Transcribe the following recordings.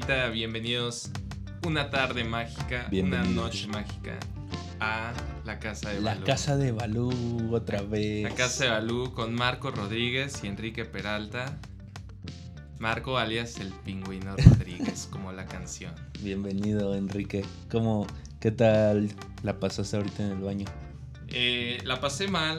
bandita, bienvenidos una tarde mágica, una noche mágica a la casa de Balú. La casa de Balú otra vez. La casa de Balú con Marco Rodríguez y Enrique Peralta. Marco alias el Pingüino Rodríguez, como la canción. Bienvenido, Enrique. ¿Qué tal la pasaste ahorita en el baño? La pasé mal,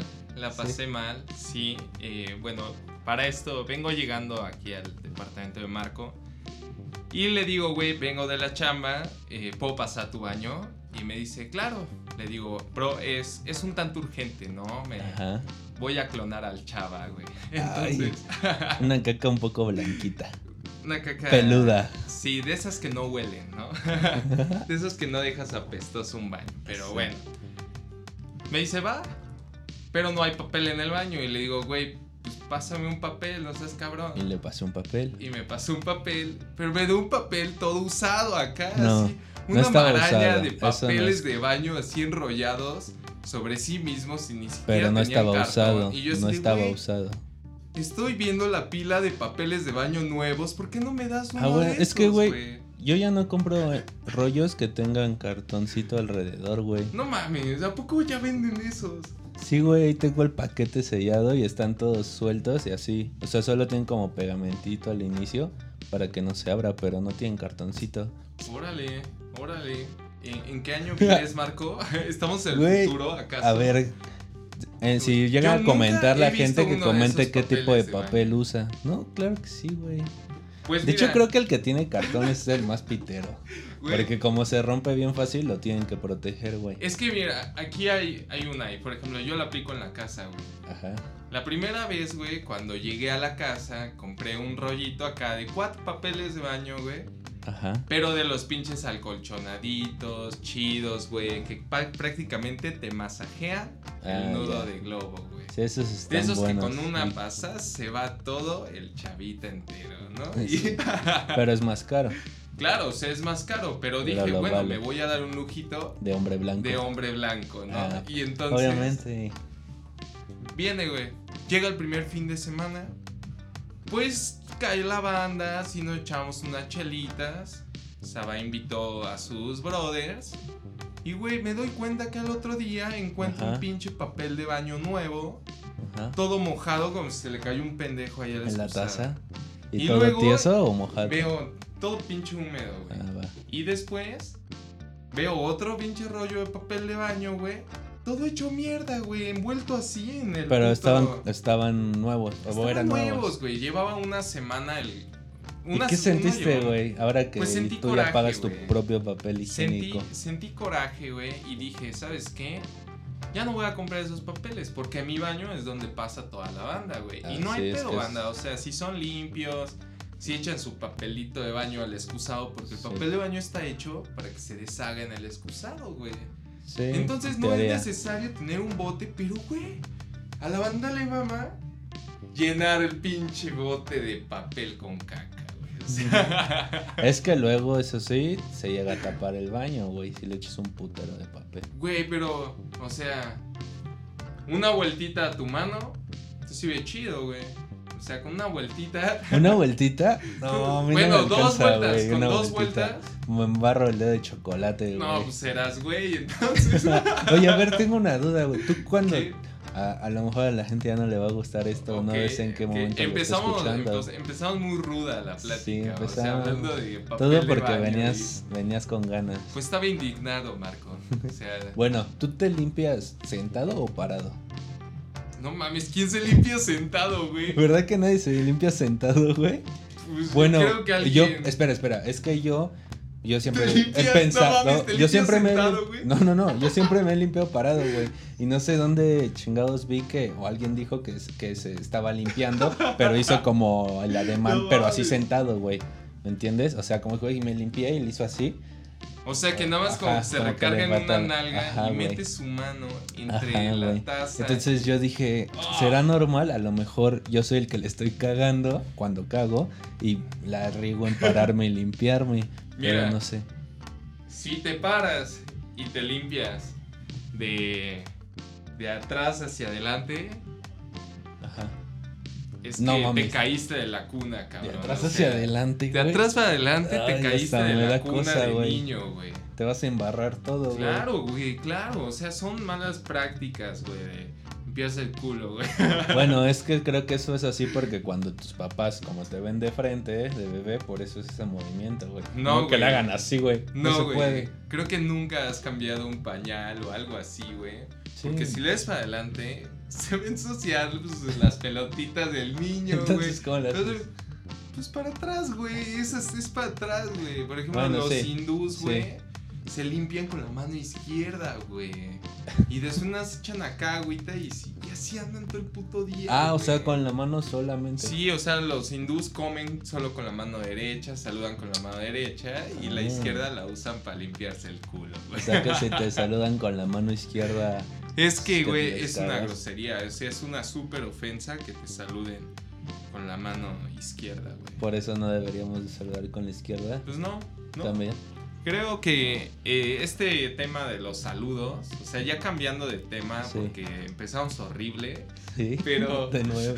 sí. Bueno, para esto vengo llegando aquí al departamento de Marco y le digo, güey, vengo de la chamba, ¿puedo pasar a tu baño? Y me dice, claro. Le digo, bro, es un tanto urgente, ¿no? Ajá. Voy a clonar al chava, güey. Entonces... una caca un poco blanquita. Una caca... peluda. Sí, de esas que no huelen, ¿no? De esas que no dejas apestoso un baño. Pero sí. Bueno. Me dice, va, pero no hay papel en el baño. Y le digo, güey, pues pásame un papel, no seas cabrón. Y le pasé un papel. Y me pasó un papel, pero me dio un papel todo usado acá, no, así. Una maraña usado. de papeles de baño así enrollados sobre sí mismos y ni siquiera pero no tenían estaba cartón. usado. Y yo no así, estaba güey, usado. Estoy viendo la pila de papeles de baño nuevos. ¿Por qué no me das uno de esos, es que, güey, yo ya no compro rollos que tengan cartoncito alrededor, güey. No mames, ¿a poco ya venden esos? Sí, güey, tengo el paquete sellado y están todos sueltos y así. O sea, solo tienen como pegamentito al inicio para que no se abra, pero no tienen cartoncito. Órale. ¿En qué año vives, Marco? ¿Estamos en el futuro, acaso? A ver, si llega a comentar la gente que comente qué tipo de papel usa. No, claro que sí, güey. Pues de hecho, creo que el que tiene cartón es el más pitero. Güey. Porque como se rompe bien fácil, lo tienen que proteger, güey. Es que mira, aquí hay una, y por ejemplo, yo la aplico en la casa, güey. Ajá. La primera vez, güey, cuando llegué a la casa, compré un rollito acá de 4 papeles de baño, güey. Ajá. Pero de los pinches acolchonaditos, chidos, güey, que prácticamente te masajea el nudo de globo, güey. Sí, esos están de esos buenos, que con una sí. pasada se va todo el chavita entero, ¿no? Sí. Pero es más caro. Claro, o sea, es más caro, pero dije, bueno, vale. Me voy a dar un lujito de hombre blanco, ¿no? Y entonces... Obviamente. Viene, güey. Llega el primer fin de semana. Pues cae la banda, así nos echamos unas chelitas. Saba invitó a sus brothers. Y, güey, me doy cuenta que al otro día encuentro un pinche papel de baño nuevo. Ajá. Todo mojado, como si se le cayó un pendejo ahí a la ¿En la taza? ¿Y todo luego tieso o mojado? Veo todo pinche húmedo, güey. Y después veo otro pinche rollo de papel de baño, güey. Todo hecho mierda, güey, envuelto así en el... Pero estaban nuevos. Estaban nuevos, güey. Llevaba una semana ¿Y qué sentiste, güey? Ahora que pues tú coraje, ya pagas tu propio papel higiénico. Sentí coraje, güey, y dije, ¿sabes qué? Ya no voy a comprar esos papeles, porque mi baño es donde pasa toda la banda, güey. Y no hay pedo, banda. O sea, si son limpios, si echan su papelito de baño al excusado, porque el papel de baño está hecho para que se deshaga en el excusado, güey. Sí, entonces no es necesario tener un bote, pero güey, a la banda le mama llenar el pinche bote de papel con caca, güey. O sea... Es que luego, eso sí, se llega a tapar el baño, güey, si le echas un putero de papel. Güey, pero, o sea, una vueltita a tu mano, esto sí ve chido, güey. O sea, con una vueltita. ¿Una vueltita? No, bueno, no me alcanza, 2 vueltas, con 2 vueltas. Me embarro el dedo de chocolate, güey. No, pues serás, güey, entonces. Oye, a ver, tengo una duda, güey. ¿Tú cuándo? A lo mejor a la gente ya no le va a gustar esto, no sé en qué momento empezamos muy ruda la plática. Sí, empezamos. O sea, hablando de papel todo porque de baño venías con ganas. Pues estaba indignado, Marco. O sea, bueno, ¿tú te limpias sentado o parado? No mames, ¿quién se limpia sentado, güey? ¿Verdad que nadie se limpia sentado, güey? Pues bueno, creo que alguien... yo espera, es que yo siempre he pensado, no, yo siempre sentado, yo siempre me he limpiado parado, güey, y no sé dónde chingados vi o alguien dijo que se estaba limpiando, pero hizo como el ademán, pero así sentado, güey, ¿me entiendes? O sea, como que güey, me limpié y le hizo así. O sea, que nada más como se recarga en una nalga y mete su mano entre la taza. Entonces yo dije, ¿será normal? A lo mejor yo soy el que le estoy cagando cuando cago y la riego en pararme y limpiarme. Mira, pero no sé. Si te paras y te limpias de atrás hacia adelante, Es que te caíste de la cuna, cabrón. De atrás hacia adelante, güey. De atrás para adelante te caíste de la cuna de güey. niño, güey. Te vas a embarrar todo, güey. Claro, güey, claro. O sea, son malas prácticas, güey. Empieza el culo, güey. Bueno, es que creo que eso es así porque cuando tus papás, como te ven de frente, de bebé, por eso es ese movimiento, güey. No, que le hagan así, güey. No, se güey. Puede. Creo que nunca has cambiado un pañal o algo así, güey. Sí. Porque si le das para adelante, se ven ensuciar pues, las pelotitas del niño, güey. Entonces, ¿cómo las haces? Pues para atrás, güey. Es para atrás, güey. Por ejemplo, bueno, los hindús, güey. Se limpian con la mano izquierda, güey. Y después unas echan acá, agüita, y así andan todo el puto día. Ah, güey. O sea, con la mano solamente. Sí, o sea, los hindús comen solo con la mano derecha, saludan con la mano derecha y la izquierda la usan para limpiarse el culo, güey. O sea, que si te saludan con la mano izquierda. Es que, güey, es una grosería. O sea, es una súper ofensa que te saluden con la mano izquierda, güey. Por eso no deberíamos de saludar con la izquierda. Pues no. También. Creo que este tema de los saludos, o sea, ya cambiando de tema, porque empezamos horrible. Sí, pero de nuevo.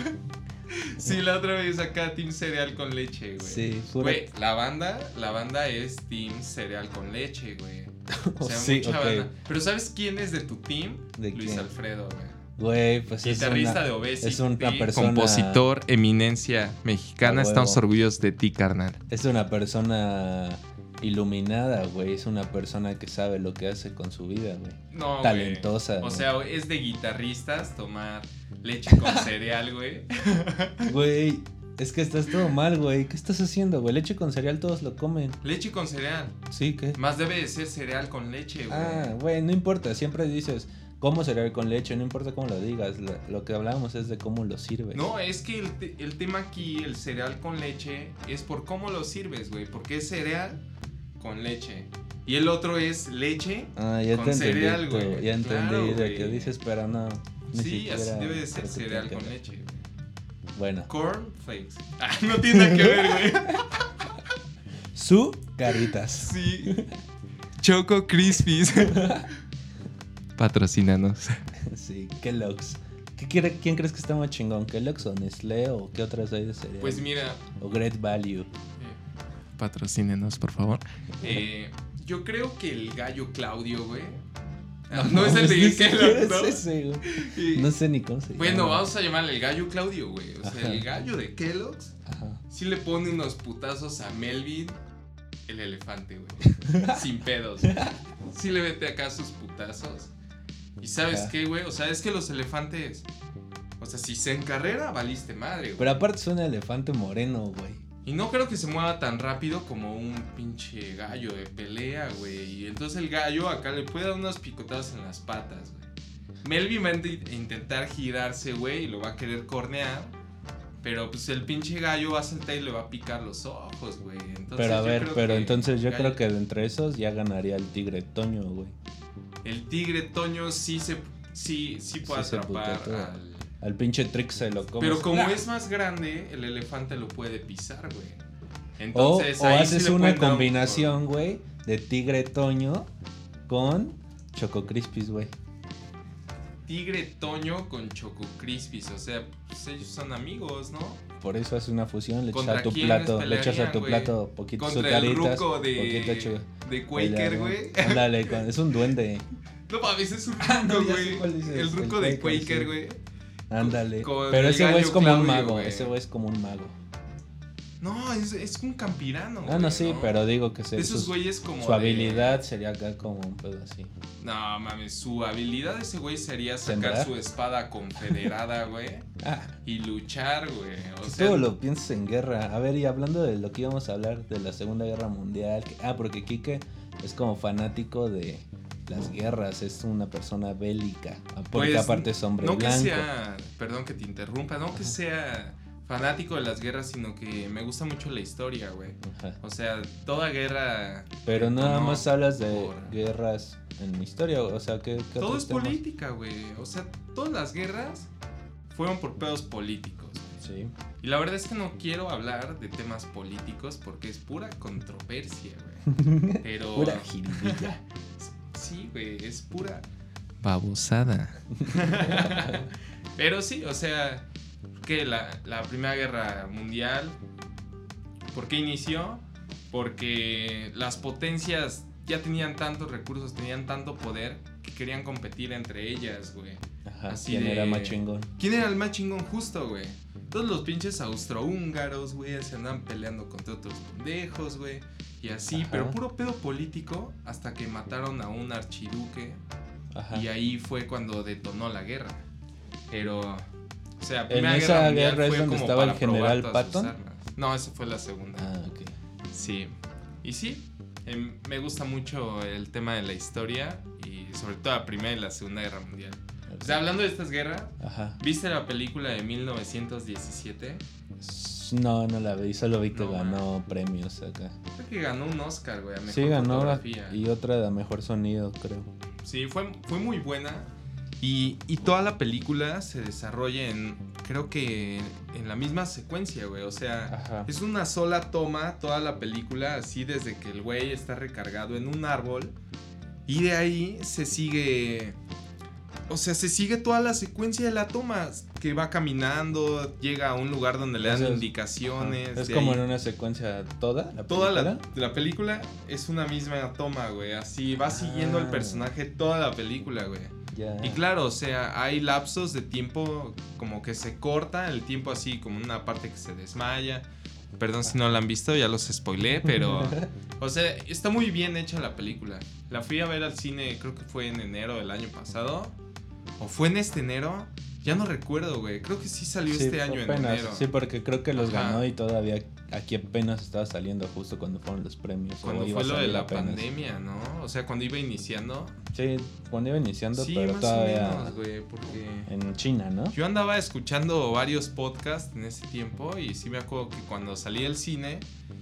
Sí, la otra vez acá Team Cereal con leche, güey. Sí, güey, la banda es Team Cereal con leche, güey. O sea, sí, mucha banda. Pero ¿sabes quién es de tu team? ¿De Luis quién? Alfredo, güey. Güey, pues guitarrista de Obesity, es una persona, compositor, eminencia mexicana. Estamos orgullosos de ti, carnal. Es una persona iluminada, güey. Es una persona que sabe lo que hace con su vida, güey. No, talentosa. O sea, es de guitarristas tomar leche con cereal, güey. Güey, es que estás todo mal, güey. ¿Qué estás haciendo, güey? Leche con cereal todos lo comen. Leche con cereal. Sí, ¿qué? Más debe de ser cereal con leche, güey. Ah, güey, no importa. Siempre dices cómo cereal con leche. No importa cómo lo digas. Lo que hablamos es de cómo lo sirves. No, es que el tema aquí, el cereal con leche, es por cómo lo sirves, güey. Porque es cereal con leche. Y el otro es leche con cereal, güey. Ya entendí de qué dices, pero no. Sí, así debe de ser cereal con leche, güey. Bueno. Corn flakes. Ah, no tiene nada que ver, güey. Su caritas. Sí. Choco Crispies. Patrocínanos. Sí, Kellogg's. ¿Quién crees que está más chingón? ¿Kellogg's o Nestlé o qué otras hay de cereal? Pues mira. O Great Value. Patrocínenos, por favor. Yo creo que el gallo Claudio, güey. No es el de Kellogg's, ¿no? Es ese, güey. No sé ni cómo se llama. Bueno, vamos a llamarle el gallo Claudio, güey. O sea, el gallo de Kellogg's. Ajá. Sí le pone unos putazos a Melvin, el elefante, güey. Sin pedos. Sí le mete acá sus putazos. ¿Y sabes qué, güey? O sea, es que los elefantes... O sea, si se encarrera, valiste madre, güey. Pero aparte es un elefante moreno, güey. Y no creo que se mueva tan rápido como un pinche gallo de pelea, güey. Y entonces el gallo acá le puede dar unos picotados en las patas, güey. Melvin va a intentar girarse, güey, y lo va a querer cornear. Pero pues el pinche gallo va a saltar y le va a picar los ojos, güey. Pero a ver, entonces yo creo que de entre esos ya ganaría el tigre Toño, güey. El tigre Toño sí puede atrapar al pinche Trix se lo come. Pero como es más grande, el elefante lo puede pisar, güey. Entonces o haces sí una combinación, güey, de tigre Toño con Choco Crispies, güey. Tigre Toño con Choco Crispies, o sea, pues ellos son amigos, ¿no? Por eso hace una fusión, le echas a tu plato, poquito azucaritas, poquito de Quaker, güey. Ándale, es un duende. No mames, es un ruco, güey. El ruco de Quaker, güey. Ándale. Pero ese güey es como un mago, ese güey es como un mago. No, es un campirano, güey. No, sí, pero digo que esos güeyes como su habilidad sería acá como un pedo así. No, mames, su habilidad de ese güey sería sacar su espada confederada, güey. Y luchar, güey. O sea, todo lo piensas en guerra. A ver, y hablando de lo que íbamos a hablar de la Segunda Guerra Mundial. Porque Quique es como fanático de las guerras, es una persona bélica. Porque pues, aparte es hombre blanco. No que sea, perdón que te interrumpa, no que sea fanático de las guerras, sino que me gusta mucho la historia, güey. O sea, toda guerra... Pero nada más hablas de guerras en historia, o sea, ¿qué todo es temas? Política, güey. O sea, todas las guerras fueron por pedos políticos. Sí. Y la verdad es que no quiero hablar de temas políticos porque es pura controversia, güey. Pero... pura jiribilla. Sí, güey, es pura babosada. Pero sí, o sea... que la Primera Guerra Mundial, ¿por qué inició? Porque las potencias ya tenían tantos recursos, tenían tanto poder que querían competir entre ellas, güey. Ajá, ¿quién era más chingón? ¿Quién era el más chingón justo, güey? Todos los pinches austrohúngaros, güey, se andaban peleando contra otros pendejos, güey. Y así, Ajá. pero puro pedo político hasta que mataron a un archiduque. Ajá. Y ahí fue cuando detonó la guerra. Pero, o sea, ¿En esa guerra es donde estaba el general Patton? No, esa fue la segunda. Ah, ok. Sí. Y sí, me gusta mucho el tema de la historia y sobre todo la Primera y la Segunda Guerra Mundial. Okay. O sea, hablando de estas guerras, Ajá. ¿viste la película de 1917? No la vi, solo vi que ganó premios acá. Creo que ganó un Oscar, güey, a mejor sí, ganó fotografía. Y otra de mejor sonido, creo. Sí, fue muy buena. Y toda la película se desarrolla creo que en la misma secuencia, güey. O sea, Ajá. es una sola toma toda la película, así desde que el güey está recargado en un árbol. Y de ahí se sigue... O sea, se sigue toda la secuencia de la toma, que va caminando, llega a un lugar donde le dan indicaciones. Es como en una secuencia toda la película es una misma toma, güey. Así va siguiendo el personaje toda la película, güey. Yeah. Y claro, o sea, hay lapsos de tiempo como que se corta el tiempo así, como una parte que se desmaya. Perdón si no la han visto, ya los spoileé, pero... O sea, está muy bien hecha la película. La fui a ver al cine, creo que fue en enero del año pasado. ¿O fue en este enero? Ya no recuerdo, güey. Creo que sí salió este año apenas, en enero. Sí, porque creo que los ganó y todavía aquí apenas estaba saliendo justo cuando fueron los premios. Cuando fue lo de la pandemia, ¿no? O sea, cuando iba iniciando. Sí, cuando iba iniciando, sí, pero más todavía o menos, güey, porque... En China, ¿no? Yo andaba escuchando varios podcasts en ese tiempo y sí me acuerdo que cuando salí del cine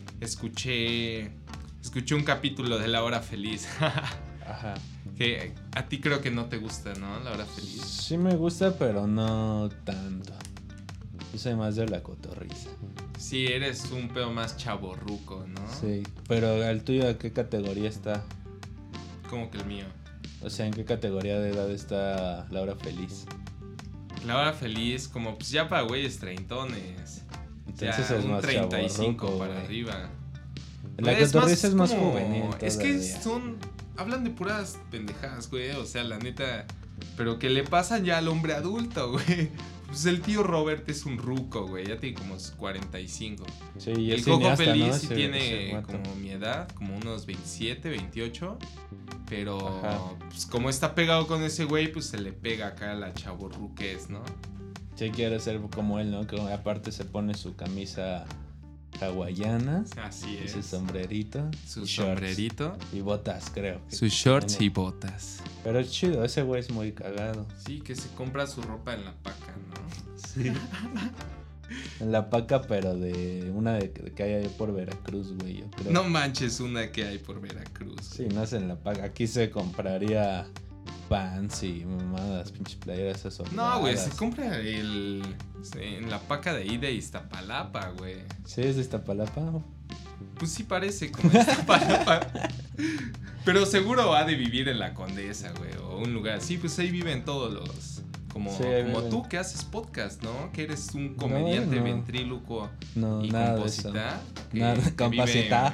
escuché un capítulo de La Hora Feliz. Ajá. Que a ti creo que no te gusta, ¿no? La Hora Feliz. Sí me gusta, pero no tanto. Yo soy más de la cotorriza. Sí, eres un pedo más chavorruco, ¿no? Sí, pero ¿el tuyo a qué categoría está? Como que el mío. O sea, ¿en qué categoría de edad está La Hora Feliz? La Hora Feliz, como pues ya para güeyes treintones. Entonces ya es más 35 chavorruco, para güey. arriba. La cotorriza es más juvenil. Es que hablan de puras pendejadas, güey. O sea, la neta. Pero que le pasan ya al hombre adulto, güey. Pues el tío Robert es un ruco, güey. Ya tiene como 45. Sí, y el Coco Feliz ¿no? sí tiene como mi edad, como unos 27, 28. Pero pues como está pegado con ese güey, pues se le pega acá a la chavorruquez, ¿no? Sí, quiere ser como él, ¿no? Que aparte se pone su camisa hawaiana. Así es. Su sombrerito. Su sombrerito. Y botas, creo. Sus shorts y botas. Pero es chido, ese güey es muy cagado. Sí, que se compra su ropa en la paca, ¿no? Sí. En la paca, pero de una que hay ahí por Veracruz, güey, yo creo. No manches, una que hay por Veracruz. Sí, no es en la paca. Aquí se compraría pants y mamadas, pinches playeras esas. No, güey, se compra en la paca de ahí de Iztapalapa, güey. ¿Sí es de Iztapalapa? Pues sí parece como Iztapalapa. Pero seguro ha de vivir en la Condesa, güey, o un lugar así. Pues ahí viven todos los... Como tú que haces podcast, ¿no? Que eres un comediante ventrílocuo y compositar. Compositar.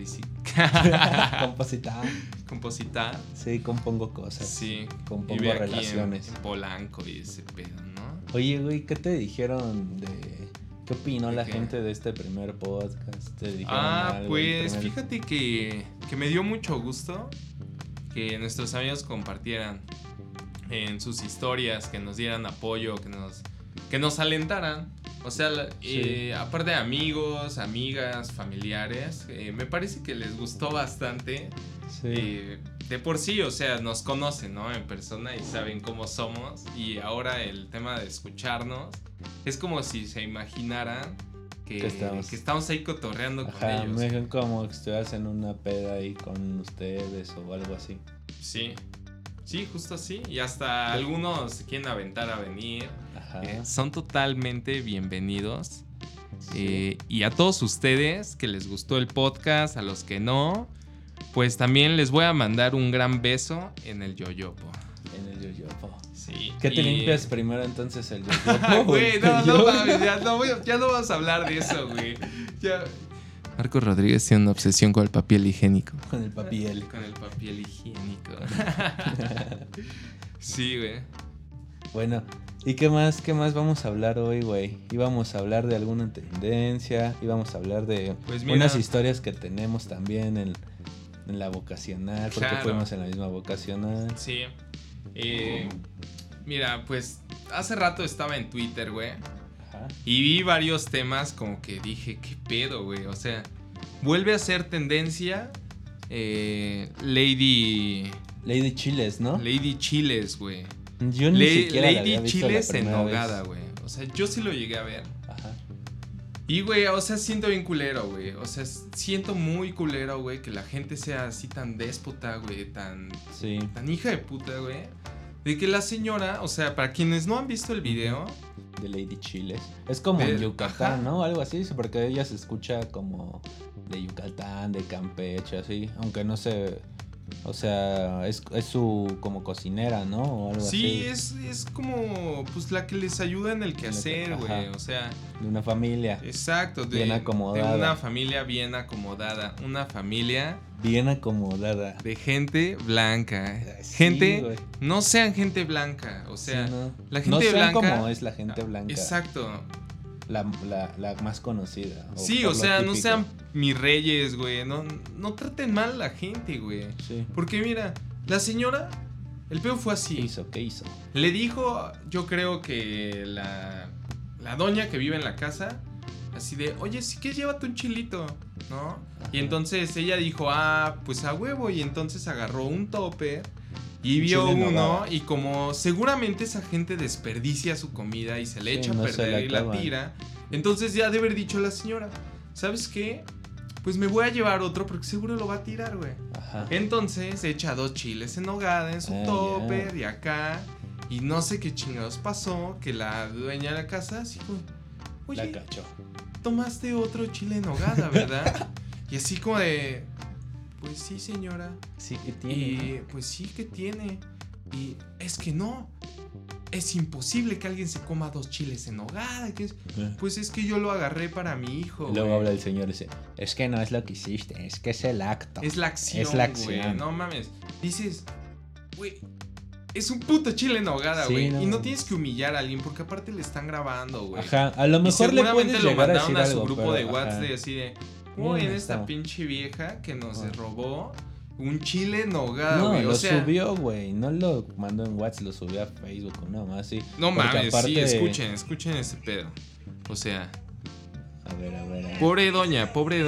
Compositar. Sí, compongo cosas. Sí. Compongo relaciones. En Polanco y ese pedo, ¿no? Oye, güey, ¿qué te dijeron de... ¿Qué opinó la gente de este primer podcast? ¿Te dijeron algo pues fíjate que me dio mucho gusto que nuestros amigos compartieran en sus historias, que nos dieran apoyo, que nos alentaran. O sea, aparte de amigos, amigas, familiares, me parece que les gustó bastante. Sí. De por sí, o sea, nos conocen, ¿no? En persona y saben cómo somos. Y ahora el tema de escucharnos es como si se imaginaran que estamos ahí cotorreando con ellos. Me dijeron como que estuvieras en una peda ahí con ustedes o algo así. Sí, justo así. Y hasta algunos se quieren aventar a venir. Son totalmente bienvenidos. Sí. Y a todos ustedes que les gustó el podcast, a los que no, pues también les voy a mandar un gran beso en el yoyopo. En el yoyopo. Sí. ¿Qué te limpias primero entonces, el yoyopo? Güey, no mames, ya no vamos a hablar de eso, güey. Ya. Marcos Rodríguez tiene una obsesión con el papel higiénico. Con el papel. Con el papel higiénico. Sí, güey. Bueno, ¿y qué más vamos a hablar hoy, güey? Íbamos a hablar de alguna tendencia, íbamos a hablar de unas historias que tenemos también en la vocacional, porque claro. fuimos en la misma vocacional. Sí. Mira, pues hace rato estaba en Twitter, güey. Ajá. Y vi varios temas como que dije, ¿qué pedo, güey? O sea, vuelve a ser tendencia Lady Chiles, ¿no? Lady Chiles, güey. Yo ni siquiera la había Lady visto Chiles la primera en nogada, vez. güey. O sea, yo sí lo llegué a ver. Ajá. Y, güey, o sea, siento bien culero, güey. O sea, siento muy culero, güey, que la gente sea así tan déspota, güey. Tan hija de puta, güey. De que la señora, o sea, para quienes no han visto el video... De Lady Chiles. Es como en Yucatán, ajá, ¿no? Algo así, porque ella se escucha como de Yucatán, de Campeche, así. Aunque no sé... O sea, es su como cocinera, ¿no? O algo sí, así. es como pues la que les ayuda en el quehacer, güey. O sea, de una familia. Exacto, bien acomodada. De una familia bien acomodada. Una familia bien acomodada. De gente blanca. Sí, gente, güey. No sean gente blanca. O sea, sí, no. La gente no sean blanca. Como es la gente blanca. Exacto. La más conocida. Sí, o sea, no sean mis reyes, güey. No traten mal a la gente, güey. Sí. Porque mira, la señora, el peor fue así. ¿Qué hizo? Le dijo, yo creo que la doña que vive en la casa, así de, oye, si quieres llévate un chilito, ¿no? Ajá. Y entonces ella dijo, pues a huevo. Y entonces agarró un topper y vio uno, y como seguramente esa gente desperdicia su comida y se le echa a perder y la tira, entonces ya debe haber dicho la señora, ¿sabes qué? Pues me voy a llevar otro porque seguro lo va a tirar, güey. Entonces echa 2 chiles en nogada en su topper y acá, y no sé qué chingados pasó, que la dueña de la casa así como, oye, la cachó. Tomaste otro chile en nogada, ¿verdad? Y así como de... Pues sí, señora. Sí que tiene. Y pues sí que tiene. Y es que no. Es imposible que alguien se coma 2 chiles en nogada. Pues es que yo lo agarré para mi hijo. Y luego habla el señor y dice, es que no es lo que hiciste, es que es el acto. Es la acción, güey. No mames. Dices, güey, es un puto chile en nogada, güey. Sí, no. Y no tienes que humillar a alguien porque aparte le están grabando, güey. Ajá, a lo mejor le puedes llegar a decir algo. Seguramente lo mandaron a su grupo de WhatsApp de así de... Uy, en esta pinche vieja que nos robó un chile en nogada, güey. No, lo subió, güey. No lo mandó en WhatsApp, lo subió a Facebook o nada más así. No mames, sí, escuchen ese pedo. O sea. A ver. Pobre doña.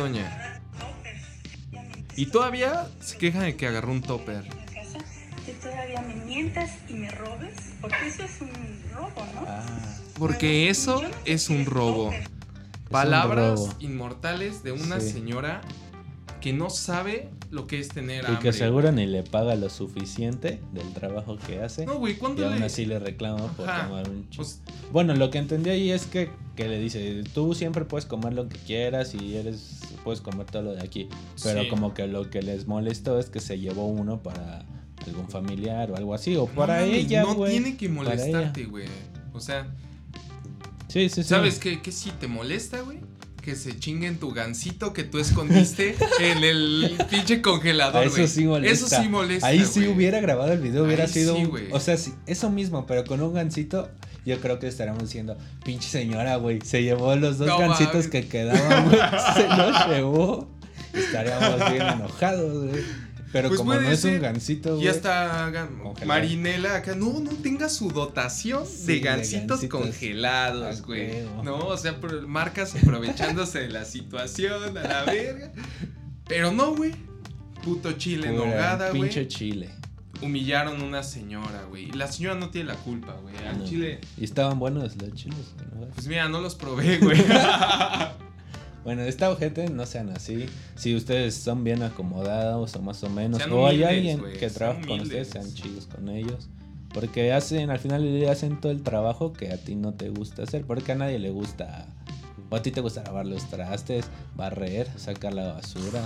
Y todavía se queja de que agarró un topper. Que todavía me mientas y me robes, porque eso es un robo, ¿no? Porque eso es un robo. Palabras inmortales de una señora que no sabe lo que es tener hambre. Y que seguro ni le paga lo suficiente del trabajo que hace. No, güey, ¿cuánto y aún así le reclama por Ajá. tomar un chile. Bueno, lo que entendí ahí es que le dice, tú siempre puedes comer lo que quieras y puedes comer todo lo de aquí. Pero como que lo que les molestó es que se llevó uno para algún familiar o algo así. O para ella, güey. No tiene que molestarte, güey. O sea... Sí. ¿Sabes qué sí te molesta, güey? Que se chinguen tu gansito que tú escondiste en el pinche congelador, güey. Eso sí molesta. Ahí sí hubiera grabado el video, hubiera sido... Sí, o sea, sí, eso mismo, pero con un gansito, yo creo que estaríamos diciendo, pinche señora, güey, se llevó los 2 gansitos que quedaban, güey. Se los llevó. Estaríamos bien enojados, güey. Pero pues como no es un gansito, güey. Y hasta Marinela acá, no tenga su dotación de gansitos congelados, güey. No, o sea, marcas aprovechándose de la situación, a la verga. Pero no, güey. Puto chile en nogada, güey. Pinche chile. Humillaron a una señora, güey. Y la señora no tiene la culpa, güey. Al chile. ¿Y estaban buenos los chiles? Pues mira, no los probé, güey. Bueno, esta gente no sean así. Si ustedes son bien acomodados o más o menos, sean o humildes, hay alguien wey, que trabaja con ustedes, sean chidos con ellos. Porque al final del día hacen todo el trabajo que a ti no te gusta hacer. Porque a nadie le gusta. O a ti te gusta lavar los trastes, barrer, sacar la basura,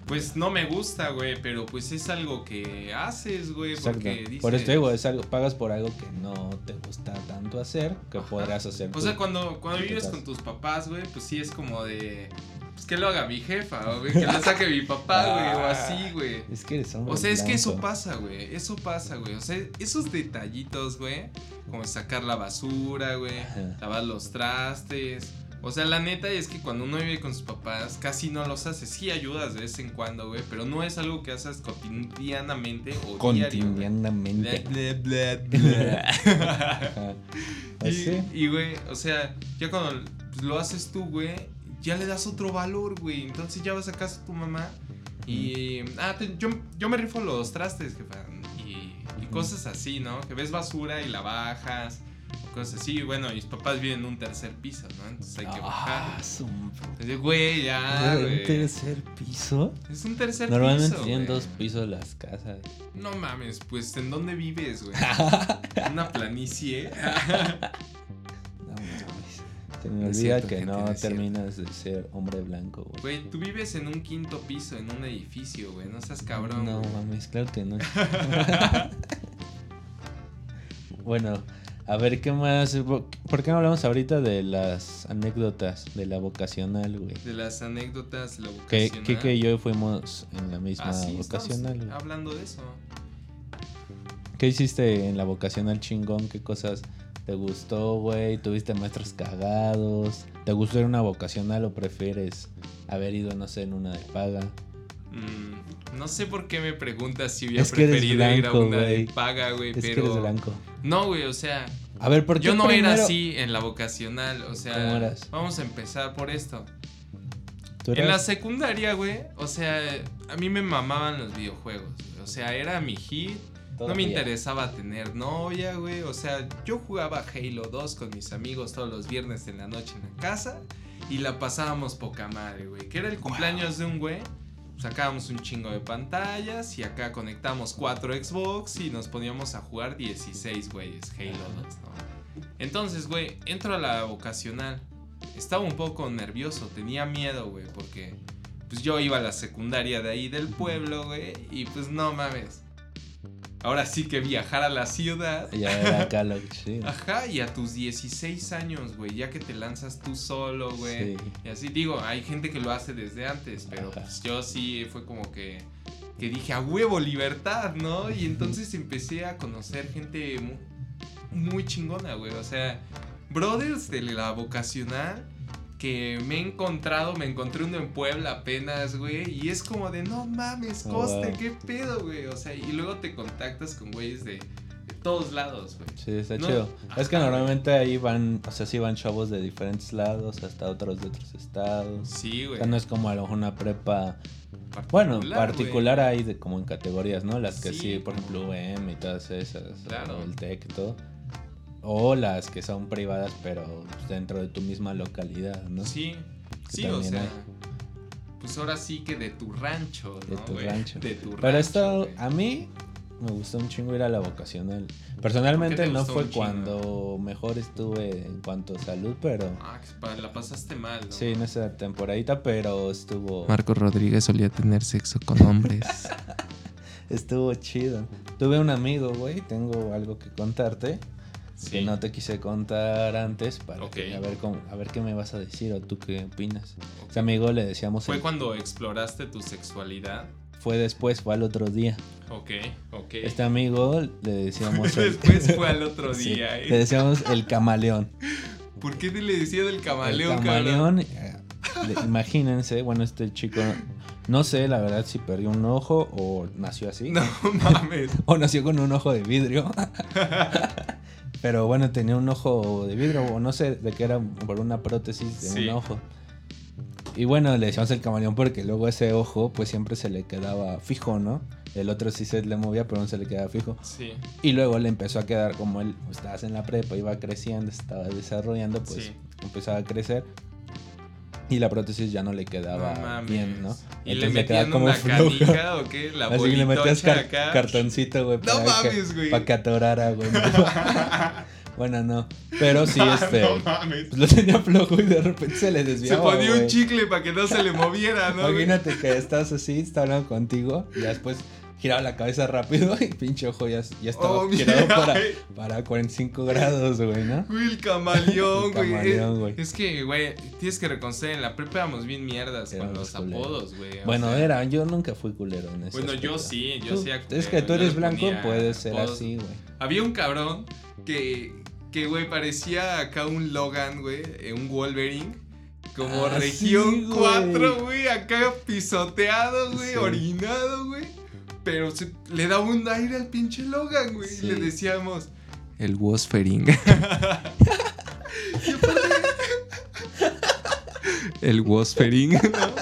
pues no me gusta, güey, pero pues es algo que haces, güey, porque dices... Por eso te digo, es algo, pagas por algo que no te gusta tanto hacer, que podrás hacer. O sea, cuando vives con tus papás, güey, pues sí es como de... Pues que lo haga mi jefa, güey, que lo saque mi papá, güey, o así, güey. Es que eres hombre O sea, es blanco. que eso pasa, güey, o sea, esos detallitos, güey, como sacar la basura, güey, lavar los trastes... O sea, la neta es que cuando uno vive con sus papás, casi no los haces. Sí ayudas de vez en cuando, güey, pero no es algo que haces cotidianamente o cotidianamente. Y, güey, o sea, ya cuando lo haces tú, güey, ya le das otro valor, güey. Entonces ya vas a casa de tu mamá y... yo me rifo los trastes, jefa. Y cosas así, ¿no? Que ves basura y la bajas... Cosas así, bueno, mis papás viven en un tercer piso, ¿no? Entonces hay que bajar. Entonces, güey, ya, güey. ¿Un tercer piso? Es un tercer Normalmente piso, tienen güey. 2 pisos las casas. No mames, pues, ¿en dónde vives, güey? ¿En una planicie? No mames. Se me No es olvida cierto, que gente, no no es terminas de ser hombre blanco, güey. Güey, tú vives en un 5º piso, en un edificio, güey. No seas cabrón, No güey. mames, claro que no. Bueno, a ver, ¿qué más? ¿Por qué no hablamos ahorita de las anécdotas de la vocacional, güey? De las anécdotas de la Que vocacional. Kike y yo fuimos en la misma sí, vocacional, estamos güey. hablando de eso. ¿Qué hiciste en la vocacional chingón? ¿Qué cosas te gustó, güey? ¿Tuviste maestros cagados? ¿Te gustó ir a una vocacional o prefieres haber ido, no sé, en una de paga? No sé por qué me preguntas si hubiera Es que eres preferido ir a blanco, una güey. de paga, güey, Es que pero... eres blanco. No, güey, o sea... A ver, ¿por qué Yo no primero? era así en la vocacional, o sea... ¿Cómo eras? Vamos a empezar por esto. ¿Tú En la eras? secundaria, güey, o sea, a mí me mamaban los videojuegos, güey. O sea, era mi hit. No me Todavía. interesaba tener novia, güey. O sea, yo jugaba Halo 2 con mis amigos todos los viernes en la noche en la casa. Y la pasábamos poca madre, güey. Que era el cumpleaños de un güey. Sacábamos un chingo de pantallas. Y acá conectamos 4 Xbox. Y nos poníamos a jugar 16 güeyes Halo 2, ¿no? Entonces, güey, entro a la vocacional. Estaba un poco nervioso. Tenía miedo, güey. Porque pues yo iba a la secundaria de ahí del pueblo, güey. Y pues no mames. Ahora sí que viajar a la ciudad. Ya era acá lo chido. Ajá, y a tus 16 años, güey, ya que te lanzas tú solo, güey. Sí. Y así digo, hay gente que lo hace desde antes, pero Ajá. pues yo sí fue como que dije, a huevo, libertad, ¿no? Y entonces empecé a conocer gente muy chingona, güey. O sea, brothers de la vocacional que me encontré uno en Puebla apenas, güey, y es como de, no mames, Coste, wow. qué pedo, güey, o sea, y luego te contactas con güeyes de todos lados, güey. Sí, está No, chido. Es que ajá, normalmente ahí van, o sea, sí van chavos de diferentes lados, hasta otros de otros estados. Sí, O güey. sea, no es como a lo mejor una prepa. Bueno, particular güey. hay de, como en categorías, ¿no? Las que Sí, sí, por ejemplo, UM y todas esas. Claro. O el TEC y todo. O las que son privadas, pero pues, dentro de tu misma localidad, ¿no? Sí, Que sí, o también sea, hay. pues ahora sí que de tu rancho, ¿no, De tu güey? rancho. De tu rancho, Pero esto, güey. a mí me gustó un chingo ir a la vocacional. Personalmente ¿Por qué te no gustó fue un chingo? cuando mejor estuve en cuanto a salud, pero... Ah, que la pasaste mal, ¿no? Sí, en esa temporadita, pero estuvo... Marco Rodríguez solía tener sexo con hombres. Estuvo chido. Tuve un amigo, güey, tengo algo que contarte. Sí. Que no te quise contar antes para Ok. que, a ver qué me vas a decir o tú qué opinas. Ok. Ese amigo le decíamos... ¿Fue cuando exploraste tu sexualidad? Fue después, fue al otro día. Ok. Este amigo le decíamos... Después fue al otro Sí, día, le decíamos el camaleón. ¿Por qué te le decía del camaleón, El camaleón, imagínense, bueno, este chico, no sé la verdad si perdió un ojo o nació así. cabrón? No mames. O nació con un ojo de vidrio. Pero bueno, tenía un ojo de vidrio, o no sé de qué era, por una prótesis de Sí. un ojo. Y bueno, le decíamos el camaleón porque luego ese ojo pues siempre se le quedaba fijo, ¿no? El otro sí se le movía, pero no se le quedaba fijo. Sí. Y luego le empezó a quedar, como él estabas en la prepa, iba creciendo, se estaba desarrollando, pues Sí. empezaba a crecer. Y la prótesis ya no le quedaba bien, ¿no? ¿Y le metían una canica o qué? La así que le metías acá. Cartoncito, güey. No mames, güey. Para que atorara, güey. Bueno, no. Pero sí, No mames. Pues lo tenía flojo y de repente se le desviaba. Se ponía güey. un chicle para que no se le moviera, ¿no? Imagínate que estás así, está hablando contigo, y después giraba la cabeza rápido y pinche ojo ya estaba girado para 45 grados, güey, ¿no? Güey, el camaleón, güey. Es que, güey, tienes que reconocer, en la prepa éramos bien mierdas con los apodos, güey. Bueno, yo nunca fui culero en eso. Bueno, yo sí, yo sí. Es que tú eres blanco, puede ser así, güey. Había un cabrón que, güey, parecía acá un Logan, güey, un Wolverine. Como región sí, 4, güey, acá pisoteado, güey, sí. orinado, güey. Pero le daba un aire al pinche Logan, güey. Sí. Y le decíamos... El Wolverine. El Wolverine, ¿no?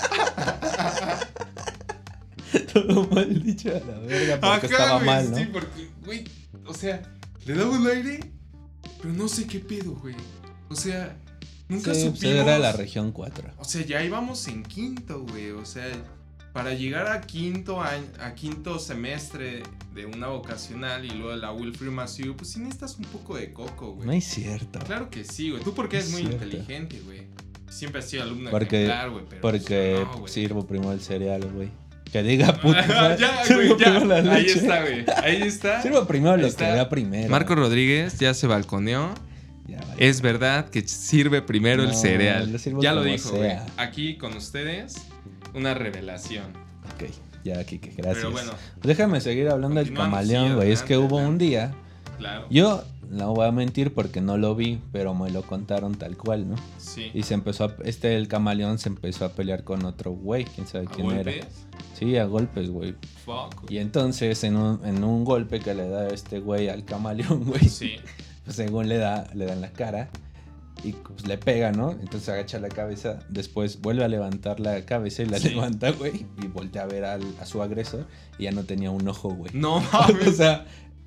Todo mal dicho a la verga porque estaba güey, mal, ¿no? Sí, porque, güey, o sea, le daba un aire, pero no sé qué pedo, güey. O sea, nunca supimos... Pues era la región 4. O sea, ya íbamos en quinto, güey. O sea, para llegar a quinto semestre de una vocacional y luego de la Wilfrid Massieu, pues sí necesitas un poco de coco, güey. No es cierto. Claro que sí, güey. Tú porque eres muy inteligente, güey. Siempre has sido alumno ejemplar, güey. Porque no, sirvo primero el cereal, güey. Que diga puta. Ya, güey, ya. Ahí está, güey. Ahí está. Sirvo primero lo que vea primero. Marco Rodríguez ya se balconeó. Vale. Es verdad que sirve primero el cereal. Ya lo dijo, güey. Aquí con ustedes, una revelación. Ok, ya, Kike, gracias. Pero bueno, déjame seguir hablando del camaleón, güey. Es que hubo un día. Claro. Yo no voy a mentir porque no lo vi, pero me lo contaron tal cual, ¿no? Sí. Y se empezó el camaleón se empezó a pelear con otro güey, quién sabe quién era. Sí, a golpes, güey. Fuck. Y entonces en un golpe que le da este güey al camaleón, güey. Sí. Pues según le da en la cara y pues le pega, ¿no? Entonces agacha la cabeza, después vuelve a levantar la cabeza y la levanta, güey, y voltea a ver a su agresor y ya no tenía un ojo, güey. No mames. O sea,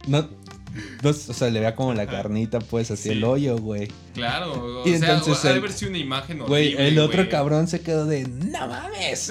o sea, le vea como la carnita, pues, así el hoyo, güey. Claro, y sea, entonces ha de haber sido una imagen horrible, güey. El otro cabrón se quedó de, ¡no mames!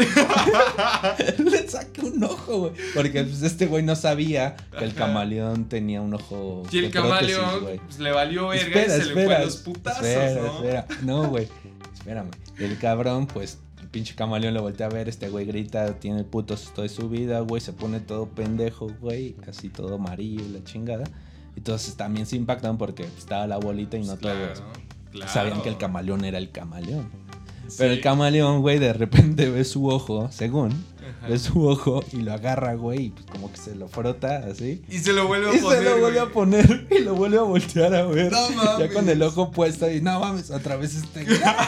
Le saqué un ojo, güey. Porque pues, este güey no sabía que el camaleón tenía un ojo. Y el camaleón pues, le valió verga y se le fue a los putazos, ¿no? Espera. No, güey. Espérame. El cabrón, pues, el pinche camaleón lo voltea a ver, este güey grita, tiene el puto susto de su vida, güey, se pone todo pendejo, güey, así todo amarillo, la chingada. Y todos también se impactan porque estaba la bolita y no todos sabían que el camaleón era el camaleón. Sí. Pero el camaleón, güey, de repente ve su ojo, ve su ojo y lo agarra, güey, y pues como que se lo frota así. Y se lo vuelve a poner. Y se lo vuelve a poner y lo vuelve a voltear a ver. No mames. Ya con el ojo puesto y no mames, otra vez este.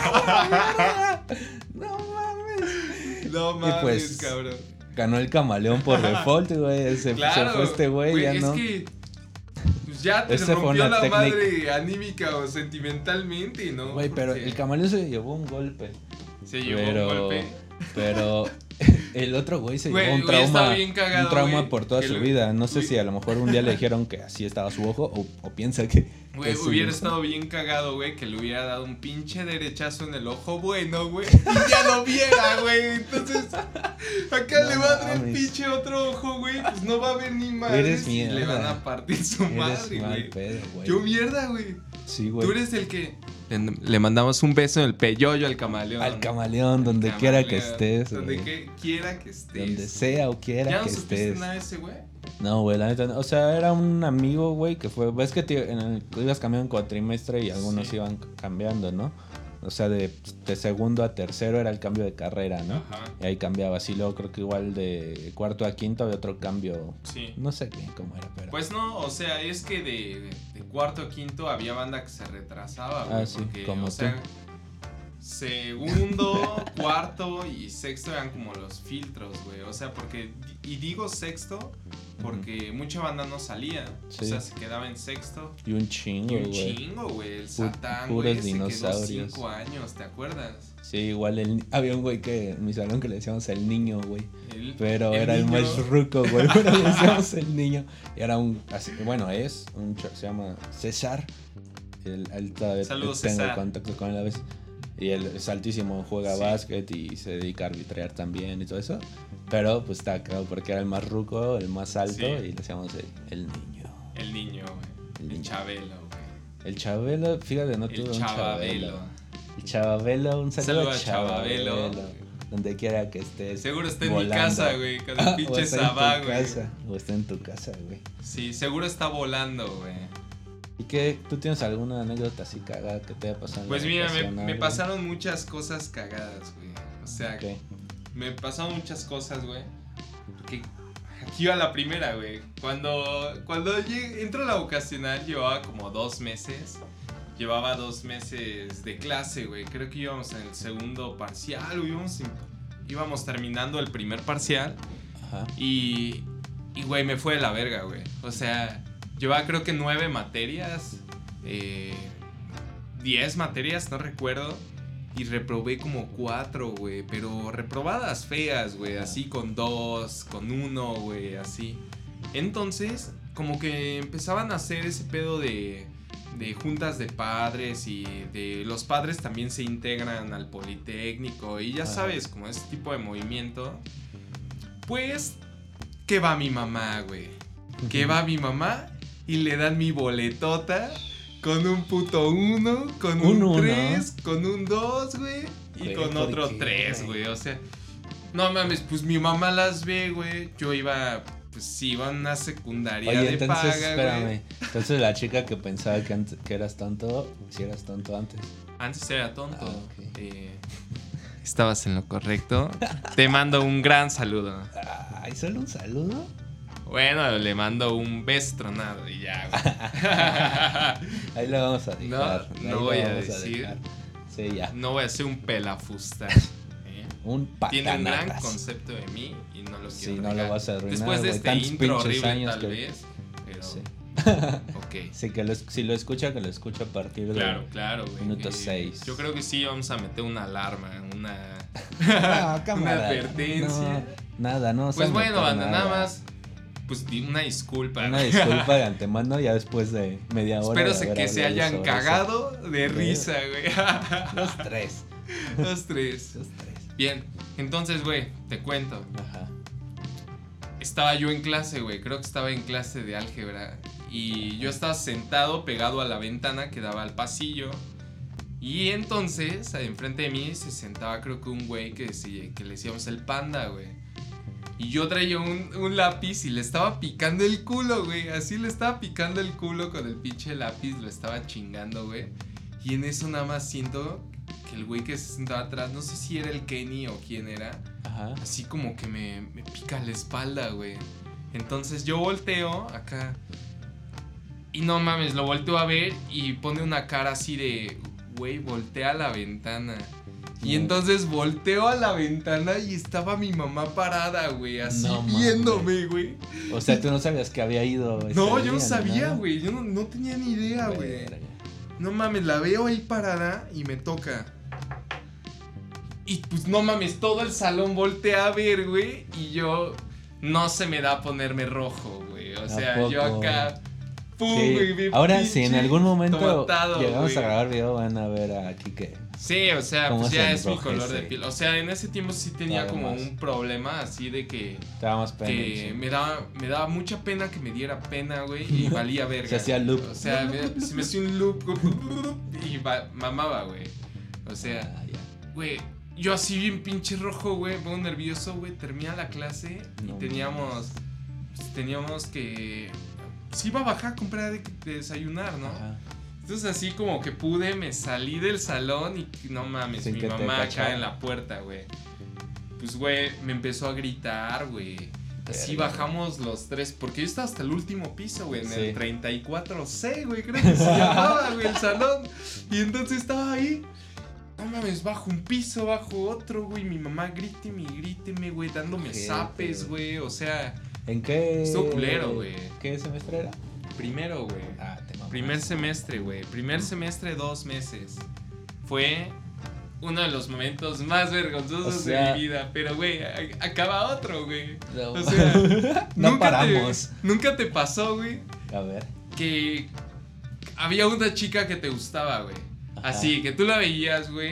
No mames. No mames, pues, cabrón. Ganó el camaleón por default, güey. Se fue este güey, ya no. Es que pues ya te rompió la madre anímica o sentimentalmente, ¿no? Güey, pero el camaleón se llevó un golpe. Se llevó un golpe. Pero el otro güey se llevó un trauma, cagado, un trauma por toda su vida. No sé si a lo mejor un día le dijeron que así estaba su ojo o piensa que... Güey, hubiera estado bien cagado, güey, que le hubiera dado un pinche derechazo en el ojo bueno, güey, y ya lo viera, güey. Entonces, acá le va a dar el pinche otro ojo, güey, pues no va a ver ni madre y le van a partir su madre, güey. Yo mierda, güey. Sí, güey. Tú eres el que... Le mandamos un beso en el peyoyo al camaleón. Al camaleón, donde quiera que estés. Donde quiera que estés. Donde sea o quiera que estés. ¿Ya no supiste nada de ese güey? No, güey, la neta no. O sea, era un amigo, güey, que fue... Ves que ibas cambiando en cuatrimestre y algunos iban cambiando, ¿no? O sea, de segundo a tercero era el cambio de carrera, ¿no? Ajá. Y ahí cambiabas. Y luego creo que igual de cuarto a quinto había otro cambio. Sí. No sé bien cómo era, pero... Pues no, o sea, es que de cuarto a quinto había banda que se retrasaba, güey. Sí, porque, como o sea, segundo, cuarto y sexto eran como los filtros, güey. O sea, porque... Y digo sexto porque mucha banda no salía. Sí. O sea, se quedaba en sexto. Y un chingo, güey. El Satán, güey, se quedó 5 años, ¿te acuerdas? Sí, igual había un güey que en mi salón que le decíamos el niño, güey. Pero era el más ruco, güey. Pero le decíamos el niño. Y era es un se llama César. Él todavía Saludos, tengo César. contacto con él a veces. Y él es altísimo, juega básquet y se dedica a arbitrar también y todo eso. Pero pues está claro porque era el más ruco, el más alto y le decíamos el niño. El niño, güey. El Chabelo, güey. El Chabelo, fíjate, no tuvo un Chabelo. El Chabelo, un saludo a Chabelo. Donde quiera que estés. Seguro está en mi casa, güey, con el pinche Sabá, güey. O está en tu casa, güey. Sí, seguro está volando, güey. ¿Y qué? ¿Tú tienes alguna anécdota así cagada que te haya pasado? Pues mira, me pasaron muchas cosas cagadas, güey. O sea, me pasaron muchas cosas, güey. Porque aquí va la primera, güey. Cuando entro a la vocacional llevaba como 2 meses. Llevaba 2 meses de clase, güey. Creo que íbamos en el segundo parcial o íbamos terminando el primer parcial. Ajá. Y güey, me fue de la verga, güey. O sea, llevaba creo que 9 materias, 10 materias, no recuerdo. Y reprobé como 4, güey. Pero reprobadas feas, güey. Así con 2, con 1, güey, así. Entonces, como que empezaban a hacer ese pedo de juntas de padres. Y de los padres también se integran al Politécnico. Y ya sabes, como ese tipo de movimiento. Pues, que va mi mamá, güey. Que va mi mamá y le dan mi boletota con un puto 1, con un 3, con un 2, güey. Y con otro 3, güey. O sea, no mames, pues mi mamá las ve, güey. Yo iba a una secundaria. Oye, de entonces, paga, espérame. güey. Entonces la chica que pensaba que eras tonto, si eras tonto antes. Antes era tonto. Okay. Estabas en lo correcto. Te mando un gran saludo. Ay, ¿solo un saludo? Bueno, le mando un beso tronado y ya, güey. Ahí lo vamos a dejar. No voy a decir. Sí, ya. No voy a ser un pelafustán. Un patanatas. Tiene un gran concepto de mí y no lo quiero Sí, no lo vas a arruinar. Después de este intro horrible tal vez, pero... Sí. Ok. Sí, si lo escucha, que lo escucha a partir de... Claro, güey. Minuto 6. Yo creo que sí vamos a meter una alarma, una No, advertencia. nada, no. Pues bueno, banda, nada más. Pues una disculpa. Una disculpa de antemano ya después de media hora. Espero que se hayan cagado de risa, güey. Los tres. Los tres. Bien, entonces, güey, te cuento. Ajá. Estaba yo en clase, güey. Creo que estaba en clase de álgebra. Y yo estaba sentado pegado a la ventana que daba al pasillo. Y entonces, enfrente de mí se sentaba, creo que un güey que le decíamos el Panda, güey. Y yo traía un lápiz y le estaba picando el culo, güey. Así le estaba picando el culo con el pinche lápiz. Lo estaba chingando, güey. Y en eso nada más siento que el güey que se sentaba atrás, no sé si era el Kenny o quién era. Ajá. Así como que me pica la espalda, güey. Entonces yo volteo acá. Y no mames, lo volteo a ver y pone una cara así de... Güey, voltea a la ventana. Y entonces volteo a la ventana y estaba mi mamá parada, güey, así viéndome, güey. O sea, tú no sabías que había ido. No, yo no sabía, güey. Yo no tenía ni idea, güey. No mames, la veo ahí parada y me toca. Y pues no mames, todo el salón voltea a ver, güey. Y yo no se me da a ponerme rojo, güey. O sea, yo acá... Pum, sí. Güey, ahora, si en algún momento tomatado, llegamos güey. A grabar video, van a ver aquí que... Sí, o sea, pues ya es mi color de piel. piel. O sea, en ese tiempo sí tenía como un problema así de que... Te daba más pena. Que sí. me daba mucha pena que me diera pena, güey. Y valía verga. Se hacía loop. O sea, se me hacía un loop. Y mamaba, güey. O sea, güey, yo así bien pinche rojo, güey. Muy nervioso, güey. Termina la clase y teníamos que... Sí iba a bajar a comprar de desayunar, ¿no? Ajá. Entonces así como que me salí del salón y no mames, sin mi mamá acá en la puerta, güey. Pues, güey, me empezó a gritar, güey. Así bajamos los tres, porque yo estaba hasta el último piso, güey, en el 34C, güey, creo que se llamaba, güey, el salón. Y entonces estaba ahí, no mames, bajo un piso, bajo otro, güey, mi mamá gríteme, güey, dándome zapes, güey, o sea... ¿En qué? Estuvo culero, güey. ¿Qué semestre era? Primero, güey. Ah, te mamaste. Primer semestre, güey. Primer semestre, 2 meses. Fue uno de los momentos más vergonzosos de mi vida. Pero, güey, acaba otro, güey. No. O sea, no paramos. ¿Nunca te pasó, güey? A ver. Que había una chica que te gustaba, güey. Así, que tú la veías, güey.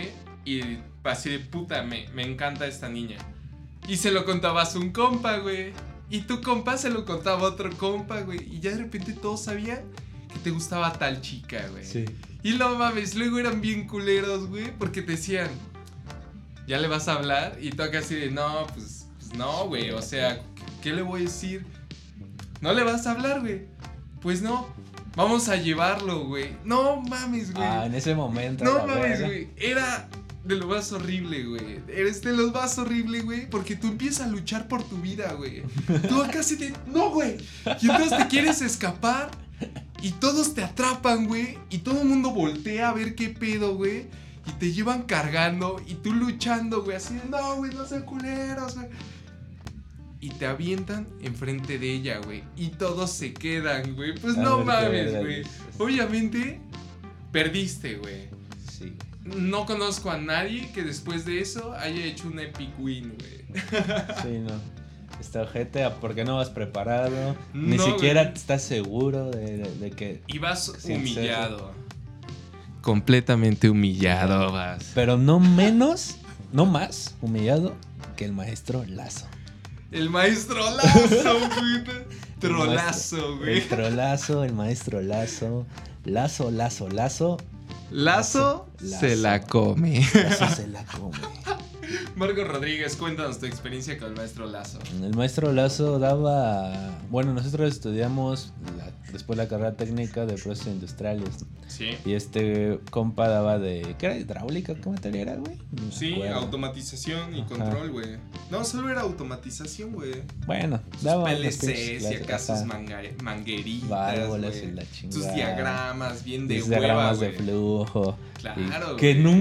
y así de puta, me encanta esta niña. Y se lo contabas a un compa, güey. Y tu compa se lo contaba a otro compa, güey. Y ya de repente todos sabían que te gustaba tal chica, güey. Sí. Y no mames, luego eran bien culeros, güey, porque te decían, ¿ya le vas a hablar? Y tú acá así de, no, pues no, güey. O sea, ¿qué le voy a decir? ¿No le vas a hablar, güey? Pues no. Vamos a llevarlo, güey. No mames, güey. En ese momento. No mames, güey. Era de lo más horrible, güey. Eres de lo más horrible, güey. Porque tú empiezas a luchar por tu vida, güey. Tú acá sí te... No, güey. Y entonces te quieres escapar. Y todos te atrapan, güey. Y todo el mundo voltea a ver qué pedo, güey. Y te llevan cargando. Y tú luchando, güey. Así de, no, güey, no sean culeros, güey. Y te avientan enfrente de ella, güey. Y todos se quedan, güey. Pues no mames, güey. Obviamente, perdiste, güey. Sí. No conozco a nadie que después de eso haya hecho un epic win, güey. Sí, no. Está ojete, ¿por qué no vas preparado? No, Ni siquiera güey. Estás seguro de que... Ibas Sincero. humillado. Completamente humillado vas. Pero no menos, no más humillado que el maestro Lazo. El maestro Lazo, güey. Trolazo, güey. El trolazo, el maestro Lazo. Lazo. Lazo Lazo. se la come. Lazo se la come. Marco Rodríguez, cuéntanos tu experiencia con el maestro Lazo. El maestro Lazo daba... Bueno, nosotros estudiamos después la carrera técnica de procesos industriales. Sí. Y este compa daba de... ¿Qué era? ¿Hidráulica? ¿Qué materia era, güey? No me Sí, acuerdo. automatización y Ajá. control, güey. No, solo era automatización, güey. Bueno, Sus daba unas PLCs pinches y acá clases, sus ajá. mangueritas, Válvulas güey. y la chingada. Sus diagramas bien de Mis hueva, diagramas güey. de flujo. Claro, Y que güey.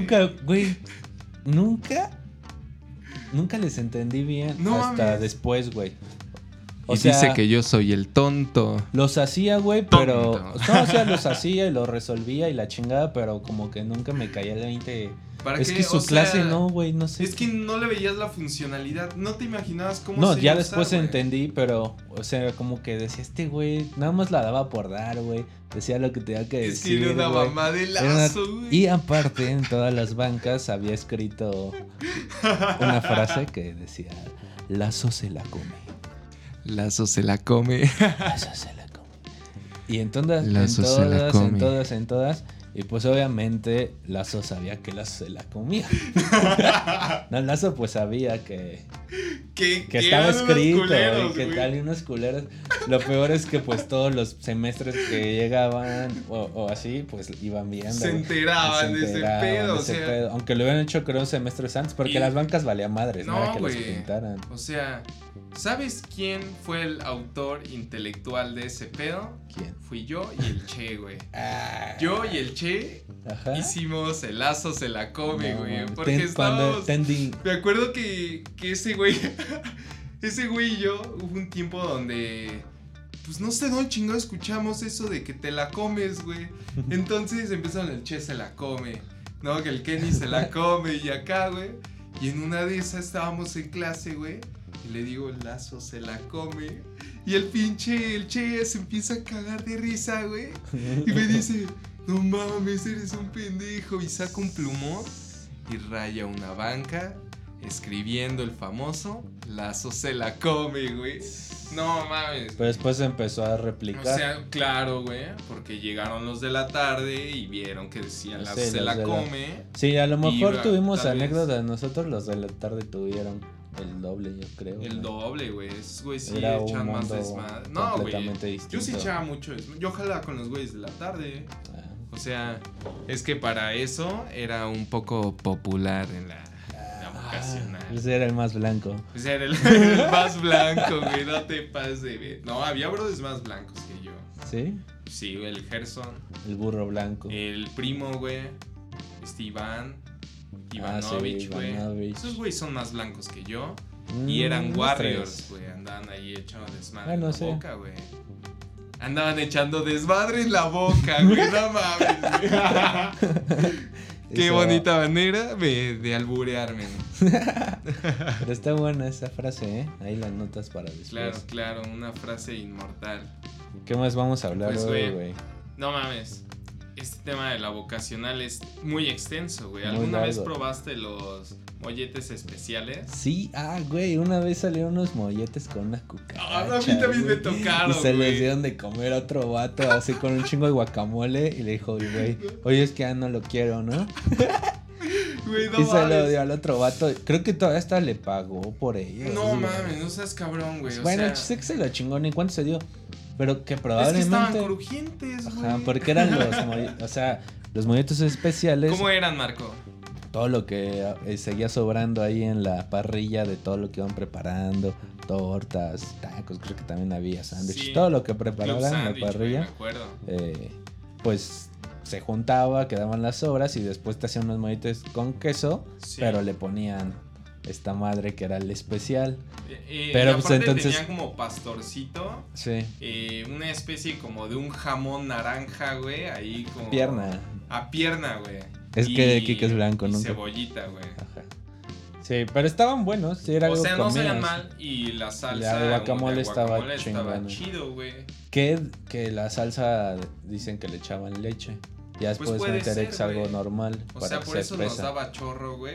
nunca les entendí bien No hasta mames. después, güey. Y dice que yo soy el tonto. Los hacía, güey, pero... Tonto. No, o sea, los hacía y los resolvía y la chingada, pero como que nunca me caía el 20. ¿Para Es qué? que su O clase sea, no, güey, no sé. Es que no le veías la funcionalidad. No te imaginabas cómo No, se ya iba a después usar, güey. entendí, pero, o sea, como que decía, este güey, nada más la daba por dar, güey. Decía lo que tenía que Es decir, que era una güey. mamá de Era una- Lazo, güey. Y aparte, en todas las bancas había escrito una frase que decía, Lazo se la come. Lazo se la come. Lazo se la come. Y en todas, Lazo se la en todas. Y pues obviamente Lazo sabía que Lazo se la comía. No, Lazo pues sabía que estaba eran unos escrito culeros, y que güey. tal y unos culeros. Lo peor es que pues todos los semestres que llegaban o así pues iban viendo. Se güey. enteraban de ese pedo, o sea. Aunque lo hubieran hecho creo semestres antes porque Y- las bancas valían madres, no, No, era que los güey. pintaran. O sea, ¿sabes quién fue el autor intelectual de ese pedo? ¿Quién? Fui yo y el Che, güey. Ah, Yo y el Che ajá. hicimos el Lazo se la come, No, güey. mames. Porque Cuando estábamos... Tendi- Me acuerdo que ese güey, ese güey y yo, hubo un tiempo donde, pues no sé dónde chingado escuchamos eso de que te la comes, güey. Entonces empezaron el Che se la come, ¿no? Que el Kenny se la come y acá, güey. Y en una de esas estábamos en clase, güey. Y le digo, el Lazo se la come. Y el Che se empieza a cagar de risa, güey. Y me dice, no mames, eres un pendejo. Y saca un plumón y raya una banca escribiendo el famoso Lazo se la come, güey. No mames. Pero después empezó a O replicar. sea, claro, güey, porque llegaron los de la tarde y vieron que decían Lazo Sí, se los la de la- come. Sí, a lo mejor Iba, tuvimos tal vez. anécdotas. Nosotros los de la tarde tuvieron el doble, yo creo. El ¿no? doble, güey. Esos güeyes sí Era un echan más mundo desmadre. No, güey. completamente distinto. Yo sí echaba mucho desmadre. Yo jalaba con los güeyes de la tarde. Ah, O sea, es que para eso era un poco popular en la vocacional. Ese era el más blanco. Pues era el más blanco, güey. No te pases de ver. No, había brothers más blancos que yo. ¿Sí? Sí, güey, el Gerson. El burro blanco. El primo, güey. Iván. Ivanovich, sí, güey. Ivanovich. Esos güeyes son más blancos que yo. Y eran los Warriors, tres. güey. Andaban ahí echando desmadre Ah, no en la sé. boca, güey. Andaban echando desmadre en la boca, güey. No mames, güey. Qué Eso- bonita manera de alburearme. Pero está buena esa frase, ¿eh? Ahí la notas para después. Claro, claro, una frase inmortal. ¿Qué más vamos a hablar Pues, hoy, güey. güey? No mames. este tema de la vocacional es muy extenso, güey. ¿Alguna vez probaste los molletes especiales? Sí, güey, una vez salieron unos molletes con una cucaracha. A mí también me tocaron, y se les dieron de comer a otro vato así con un chingo de guacamole y le dijo, güey, oye, es que ya no lo quiero, ¿no? Güey, no y se lo dio al otro vato. Creo que todavía hasta le pagó por ello. No mames, no seas cabrón, güey. Bueno, sé que se lo chingó, ni cuánto se dio. Pero que probablemente. Es que estaban crujientes, güey. Ajá, porque eran los molletes especiales. ¿Cómo eran, Marco? Todo lo que seguía sobrando ahí en la parrilla de todo lo que iban preparando. Tortas, tacos, creo que también había sándwiches. Sí, todo lo que preparaban en la parrilla. Me acuerdo. Pues se juntaba, quedaban las sobras y después te hacían unos molletes con queso, sí. Pero le ponían esta madre que era el especial. Pero pues entonces tenían como pastorcito. Sí. Una especie como de un jamón naranja, güey, ahí como pierna, güey. Es que Kike es blanco, ¿no? Cebollita, güey. Ajá. Sí, pero estaban buenos, sí, era algo no se veían mal y la salsa de guacamole estaba chido, güey. Que la salsa dicen que le echaban leche. Ya después pues Menterex algo normal. O sea, por eso nos daba chorro, güey.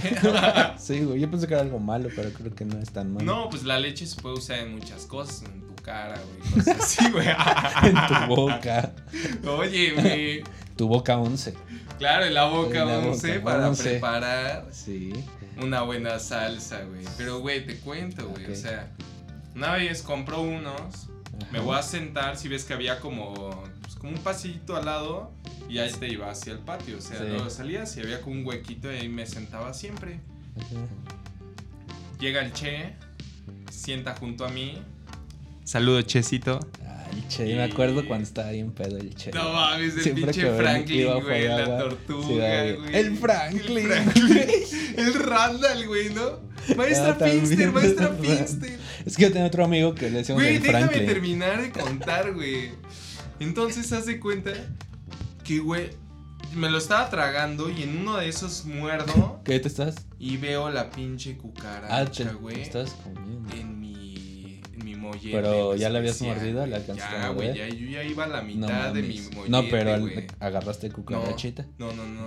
Sí, güey, yo pensé que era algo malo, pero creo que no es tan malo. No, pues la leche se puede usar en muchas cosas, en tu cara, güey, cosas así, güey. En tu boca. Oye, güey. Tu boca 11. Claro, en la boca 11 para preparar sí. Una buena salsa, güey. Pero, güey, te cuento, güey. Okay. O sea, una vez compró unos. Ajá. Me voy a sentar, si ves que había como un pasillito al lado y ahí te iba hacia el patio. O sea, sí. Luego salías y había como un huequito y ahí me sentaba siempre. Ajá. Llega el Che, sienta junto a mí. Saludo, Checito. El Che, me acuerdo cuando estaba bien pedo el Che. No mames, el pinche Franklin, güey, la tortuga, güey. El Franklin. El Randall, güey, ¿no? Maestra Finster. Es que yo tenía otro amigo que le decíamos el Franklin. Déjame terminar de contar, güey. Entonces, haz de cuenta que, güey, me lo estaba tragando y en uno de esos muerdo. ¿Qué te estás? Y veo la pinche cucaracha, güey. Estás comiendo. En mi mollete. Pero ya la habías mordido, la alcanzaste a ver. Ya, güey, yo ya iba a la mitad de mi mollete. No, pero agarraste cucarachita. No.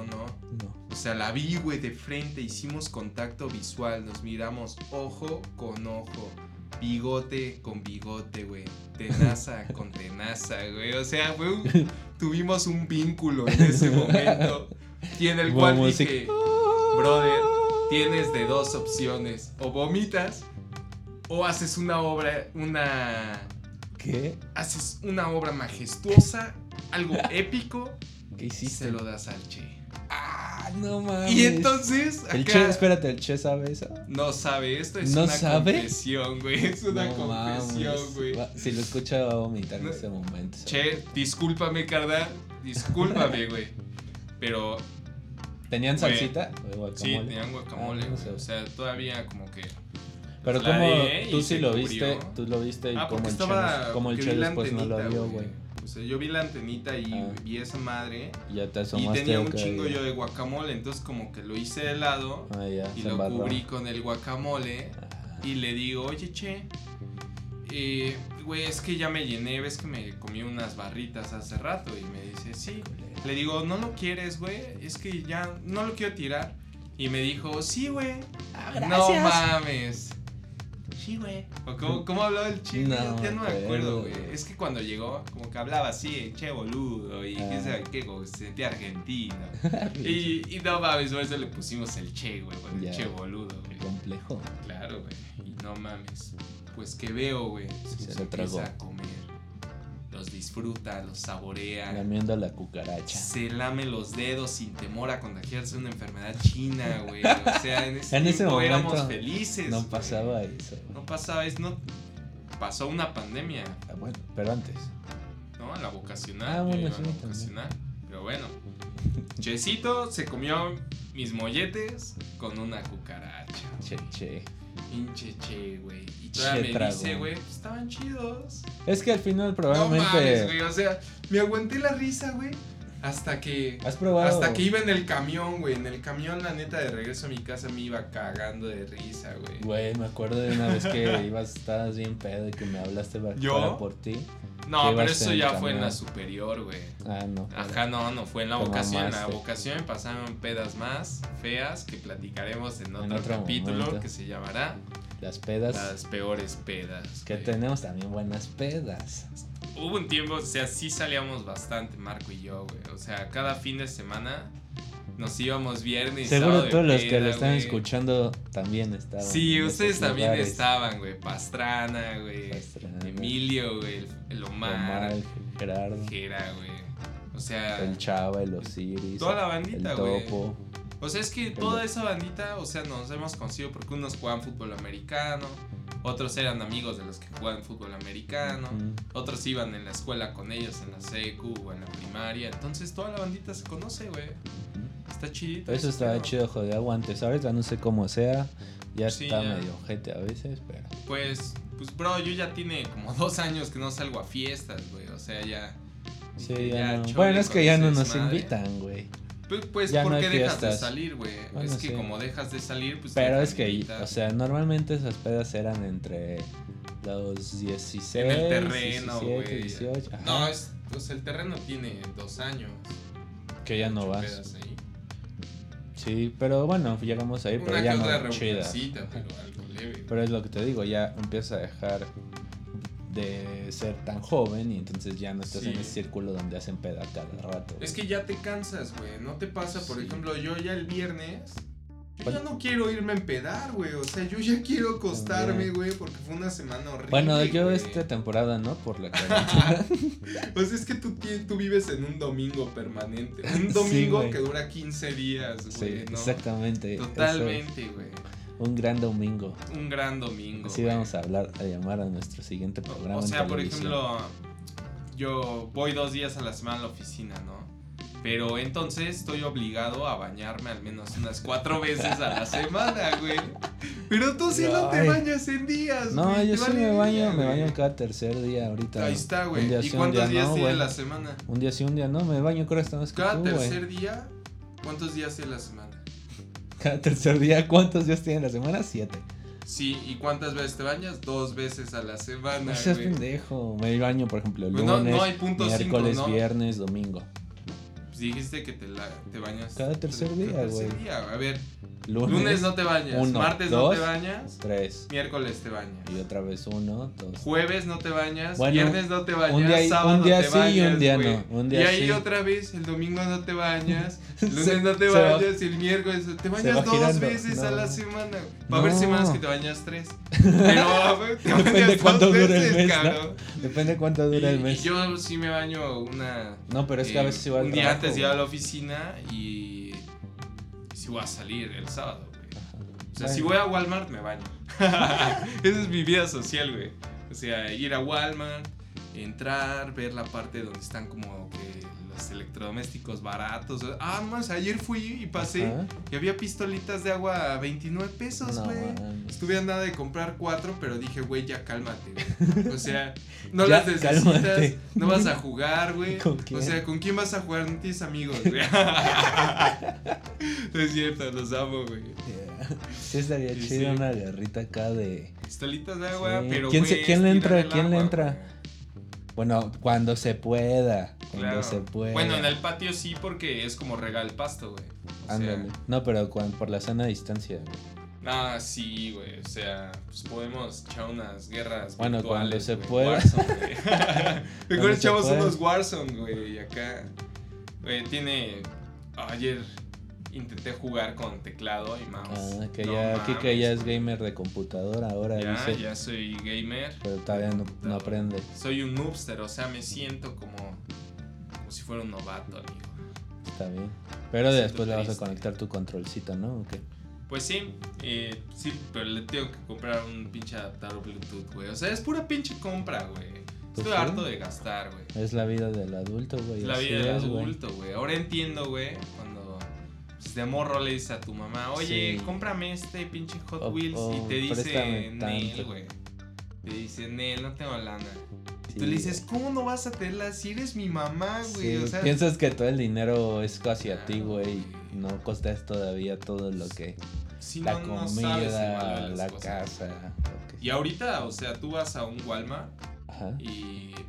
O sea, la vi, güey, de frente, hicimos contacto visual, nos miramos ojo con ojo, bigote con bigote, güey, tenaza con tenaza, güey. O sea, güey, tuvimos un vínculo en ese momento y en el cual dije, brother, tienes de dos opciones, o vomitas o haces ¿Qué? Haces una obra majestuosa, algo épico. ¿Qué hiciste? Y se lo das al Che. No mames. Y entonces acá, el Che sabe eso. No sabe, esto es una confesión, güey. Es una confesión, güey. Si lo escucha va a vomitar en ese momento. Che, discúlpame, carnal. Discúlpame, güey. Pero ¿tenían salsita? Sí, tenían guacamole, güey. O sea, todavía como que. Pero como tú sí lo viste, y como el Che después no lo vio, güey. O sea, yo vi la antenita y vi esa madre. Ya te asomaste. Y tenía un chingo yo de guacamole, entonces como que lo hice de lado y lo cubrí con el guacamole. Y le digo, oye, Che, güey, es que ya me llené, ves que me comí unas barritas hace rato. Y me dice, sí. Le digo, ¿no lo quieres, güey? Es que ya no lo quiero tirar. Y me dijo, sí, güey. No mames. Sí, güey. ¿Cómo hablaba el Che? No, ya no me acuerdo, güey. Es que cuando llegó, como que hablaba así, Che boludo, y quién sabe qué, como se sentía argentino. y no mames, por eso le pusimos el Che, güey, el Che boludo, güey. Complejo. Claro, güey. Y no mames. Pues que veo, güey. Se empieza a comer. Los disfruta, los saborea. Lamiendo la cucaracha. Se lame los dedos sin temor a contagiarse una enfermedad china, güey. O sea, en ese momento éramos felices. No pasaba eso. No pasaba eso. No, pasó una pandemia. Bueno, pero antes. No, la vocacional. Bueno, sí. La vocacional. Pero bueno. Checito se comió mis molletes con una cucaracha. Che. Pinche Che, güey. Y todavía me dice, güey, estaban chidos. Es que al final probablemente. No mames, güey. O sea, me aguanté la risa, güey. Hasta que. ¿Has probado? Hasta que iba en el camión, güey. En el camión, la neta, de regreso a mi casa me iba cagando de risa, güey. Güey, me acuerdo de una vez que estabas bien pedo y que me hablaste para por ti. No, pero eso ya fue en la superior, güey. Ah, no. Ajá, no fue en la vocación. En la vocación pasaron pedas más feas que platicaremos en otro capítulo momento. Que se llamará Las pedas. Las peores pedas. Que tenemos también buenas pedas. Hubo un tiempo, o sea, sí salíamos bastante, Marco y yo, güey. O sea, cada fin de semana nos íbamos viernes y seguro sábado todos de los peda, que lo están güey. escuchando también estaban. Sí, ustedes también estaban, güey. Pastrana, güey. Emilio, güey. El Omar. Gerardo. Gera, güey. O sea. El Chava, el Osiris. Toda la bandita, güey. El Topo. O sea, es que toda esa bandita, o sea, nos hemos conocido porque unos juegan fútbol americano, otros eran amigos de los que juegan fútbol americano, otros iban en la escuela con ellos en la secu o en la primaria. Entonces toda la bandita se conoce, güey. Está chidito. Eso está chido, joder, aguante, ¿sabes? Ya no sé cómo sea. Ya sí, está medio ojete a veces, pero... Pues, bro, yo ya tiene como 2 años que no salgo a fiestas, güey. O sea, ya... Sí, ya no. Bueno, es que ya no nos invitan, güey. Pues ya porque no dejas fiestas. de salir, güey. Bueno, es que como dejas de salir, pues... Pero es que, o sea, normalmente esas pedas eran entre los 16... En el terreno, güey. 18. Ajá. No, pues el terreno tiene 2 años. Que ya no vas. Sí, pero bueno, llegamos ahí, pero ya no chidas. Pero algo leve. Pero es lo que te digo, ya empiezas a dejar de ser tan joven y entonces ya no estás en ese círculo donde hacen peda cada rato. Es que ya te cansas, güey. No te pasa, por ejemplo, yo ya el viernes... Yo ya no quiero irme a empedar, güey. O sea, yo ya quiero acostarme, güey, porque fue una semana horrible. Bueno, yo güey. Esta temporada, ¿no? Por la cuarentena. Pues es que tú vives en un domingo permanente. Un domingo que dura 15 días, güey. Sí, ¿no? Totalmente, güey. Un gran domingo. Un gran domingo. Así vamos a llamar a nuestro siguiente programa. O sea, por ejemplo, yo voy 2 días a la semana a la oficina, ¿no? Pero entonces estoy obligado a bañarme al menos unas 4 veces a la semana, güey. Pero tú sí no te bañas en días, no, güey. Yo sí me baño cada tercer día ahorita. Ahí está, güey. ¿Y cuántos días tiene la semana? Un día sí, un día no. Me baño creo hasta más que cada tercer día, ¿cuántos días tiene la semana? Cada tercer día, ¿cuántos días tiene la semana? 7. Sí, ¿y cuántas veces te bañas? 2 veces a la semana, güey. No seas pendejo. Me baño, por ejemplo, lunes, no hay punto miércoles, 5, ¿no? Viernes, domingo. Dijiste que te bañas cada tercer día, güey. A ver, lunes no te bañas, 1, martes 2, no te bañas, 3, miércoles te bañas. Y otra vez 1, 2. Jueves no te bañas, bueno, viernes no te bañas, sábado un día te bañas, sí y un día wey. No. Un día y ahí sí. otra vez, el domingo no te bañas, el lunes no te bañas, y el miércoles te bañas 2 veces a la semana. Va a haber semanas que te bañas 3. Pero te depende cuánto dura el mes, cabrón. ¿no? Depende cuánto dura el mes. Y yo sí me baño una... No, pero es que a veces igual un día antes de ir a la oficina y si voy a salir el sábado, güey. O sea, si voy a Walmart me baño. Esa es mi vida social, güey. O sea, ir a Walmart, entrar, ver la parte donde están como que los electrodomésticos baratos. Más, ayer fui y pasé y había pistolitas de agua a 29 pesos, güey. Estuve a nada de comprar 4, pero dije, güey, ya cálmate, güey. O sea, no las necesitas, cálmate. No vas a jugar, güey. O sea, ¿con quién vas a jugar? No tienes amigos, güey. No es cierto, los amo, güey. Sí estaría chido una guerrita acá de... Pistolitas de agua, pero ¿Quién le entra? Bueno, cuando se pueda. Bueno, en el patio sí, porque es como regar el pasto, güey. Ándale. No, pero por la sana distancia, güey. Sí, güey. O sea, pues podemos echar unas guerras. Bueno, cuando se güey. pueda. Mejor echamos unos Warzone, güey. Y acá, güey, ayer intenté jugar con teclado y mouse. Que ya es gamer de computadora ahora, dice. Ya soy gamer. Pero todavía no aprende. Soy un noobster, o sea, me siento como si fuera un novato, amigo. Está bien. Pero después le vas a conectar tu controlcito, ¿no? ¿O qué? Pues sí, pero le tengo que comprar un pinche adaptador Bluetooth, güey. O sea, es pura pinche compra, güey. Estoy harto de gastar, güey. Es la vida del adulto, güey. Es la vida del adulto, güey. Ahora entiendo, güey, cuando de morro le dices a tu mamá, oye, cómprame este pinche Hot Wheels y te dice Nel, güey. Te dice, Nel, no tengo lana. Y tú le dices, ¿cómo no vas a tenerla si eres mi mamá, güey? Sí. O sea, piensas que todo el dinero es hacia ti, güey. No costas todavía todo lo que... la comida, la casa. Y ahorita, o sea, tú vas a un Walmart y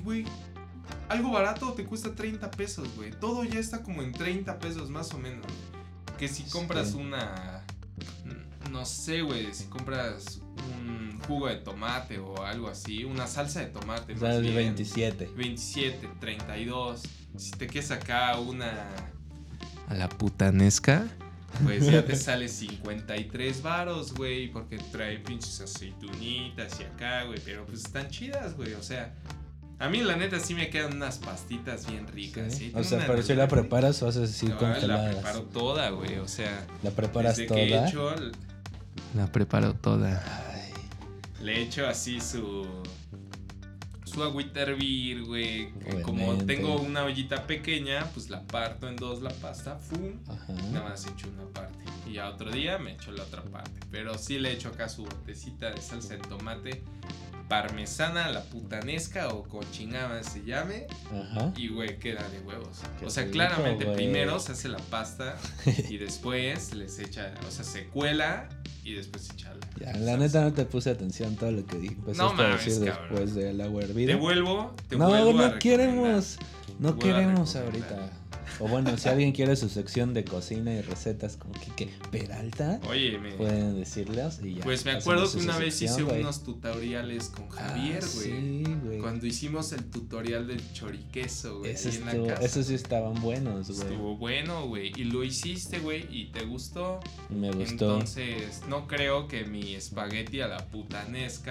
güey, algo barato te cuesta 30 pesos, güey. Todo ya está como en 30 pesos más o menos. Que si compras una... No sé, güey, si compras un jugo de tomate o algo así, una salsa de tomate. O sea, 27. 27, 32. Si te quieres acá una... A la putanesca, pues ya te sale 53 varos, güey, porque trae pinches aceitunitas y acá, güey, pero pues están chidas, güey, o sea... A mí, la neta, sí me quedan unas pastitas bien ricas. ¿Sí? O sea, pero si la preparas o haces así congeladas. La preparo toda, güey. O sea, ¿la preparas desde toda? Que he hecho, la preparo toda. Ay. Le echo así su agüita a hervir, güey. Como Obviamente. tengo una ollita pequeña, pues la parto en dos la pasta. ¡Fum! Ajá. Nada más echo una parte. Y ya otro día me echo la otra parte. Pero sí le echo acá su botecita de salsa de tomate parmesana, la putanesca o cochingada se llame. Ajá. Y güey, queda de huevos. Qué o sea, rico, claramente güey. primero se hace la pasta y después les echa, o sea, se cuela y después se echa Ya, la neta no te puse atención a todo lo que dije. Pues No esto mames, decir cabrón. después del agua hervida. Te vuelvo No, a no recomendar. queremos. No Te vuelvo a queremos recomendar. ahorita. O bueno, si alguien quiere su sección de cocina y recetas como Quique Peralta, Óyeme, pueden decirlas y ya. pues me hacemos acuerdo su que una vez sección, hice güey. unos tutoriales con Javier, güey. Sí, güey. Cuando hicimos el tutorial del choriqueso, güey, Ese ahí en la estuvo- casa. esos sí estaban buenos, güey. Estuvo bueno, güey. Y lo hiciste, güey, y te gustó. Me gustó. Entonces, no creo que mi espagueti a la putanesca.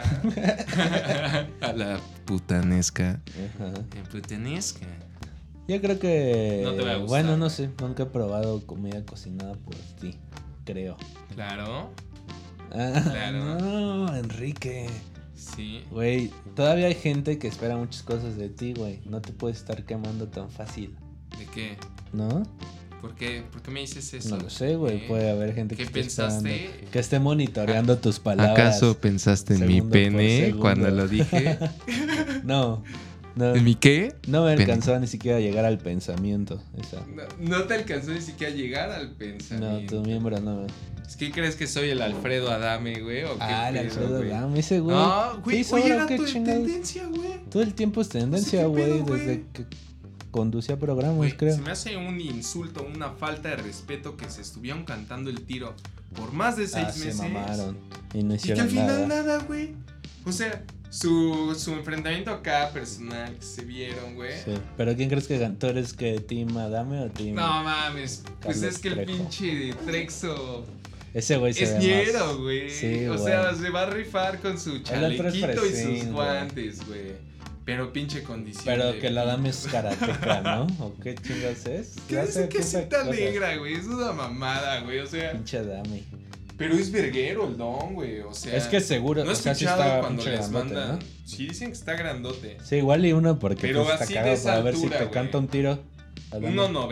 A la putanesca. Ajá. Putanesca. Yo creo que. No te va a gustar. Bueno, no sé. Nunca he probado comida cocinada por ti. Creo. Claro, Ah, Claro. No, Enrique. sí. Güey, todavía hay gente que espera muchas cosas de ti, güey. No te puedes estar quemando tan fácil, ¿De qué? ¿no? ¿Por qué me dices eso? No lo sé, güey. Puede haber gente ¿Qué que esté esperando, pensaste? que esté monitoreando tus palabras. ¿Acaso pensaste en mi segundo por pene segundo. cuando lo dije? No, no. ¿En mi qué? No me Pene. alcanzó ni siquiera a llegar al pensamiento. Esa. No te alcanzó ni siquiera a llegar al No, pensamiento. tu miembro no. ¿Es que crees que soy el Alfredo Adame, güey? ¿O qué Ah, el pedo, Alfredo güey? Adame, ese güey. No, güey, hizo oye, ahora? era ¿Qué tu chingados? tendencia, güey. Todo el tiempo es tendencia, ¿qué güey, pedo, güey? desde que conducía programas, Güey, creo. se me hace un insulto, una falta de respeto que se estuvieron cantando el tiro por más de 6 meses. Se mamaron y no Y que hicieron al final nada. nada, güey. O sea, su enfrentamiento acá personal que se vieron, güey. Sí. Pero ¿quién crees que ganó? ¿Tú eres que Team Adame o Team? No mames, pues Carlos es que el Trejo. pinche Trexo Ese güey se es ve ñero, más. güey. Sí, o güey. sea, se va a rifar con su otro es chalequito y fresín, sus güey. guantes, güey. Pero pinche condición. Pero de que la Adame pito. es karateca, ¿no? ¿O qué chingas es? ¿Qué Hace es que cosas- cinta cosas. negra, güey? Es una mamada, güey. O sea, Pinche Adame. pero es verguero el don, güey. O sea, Es que seguro, no he o sea, sí escuchado está cuando pinche les grandote, mandan. ¿no? Sí, dicen que está grandote. Sí, igual y uno porque Pero pues, está así de cagado esa para ver si altura, te güey. canta un tiro. Adame.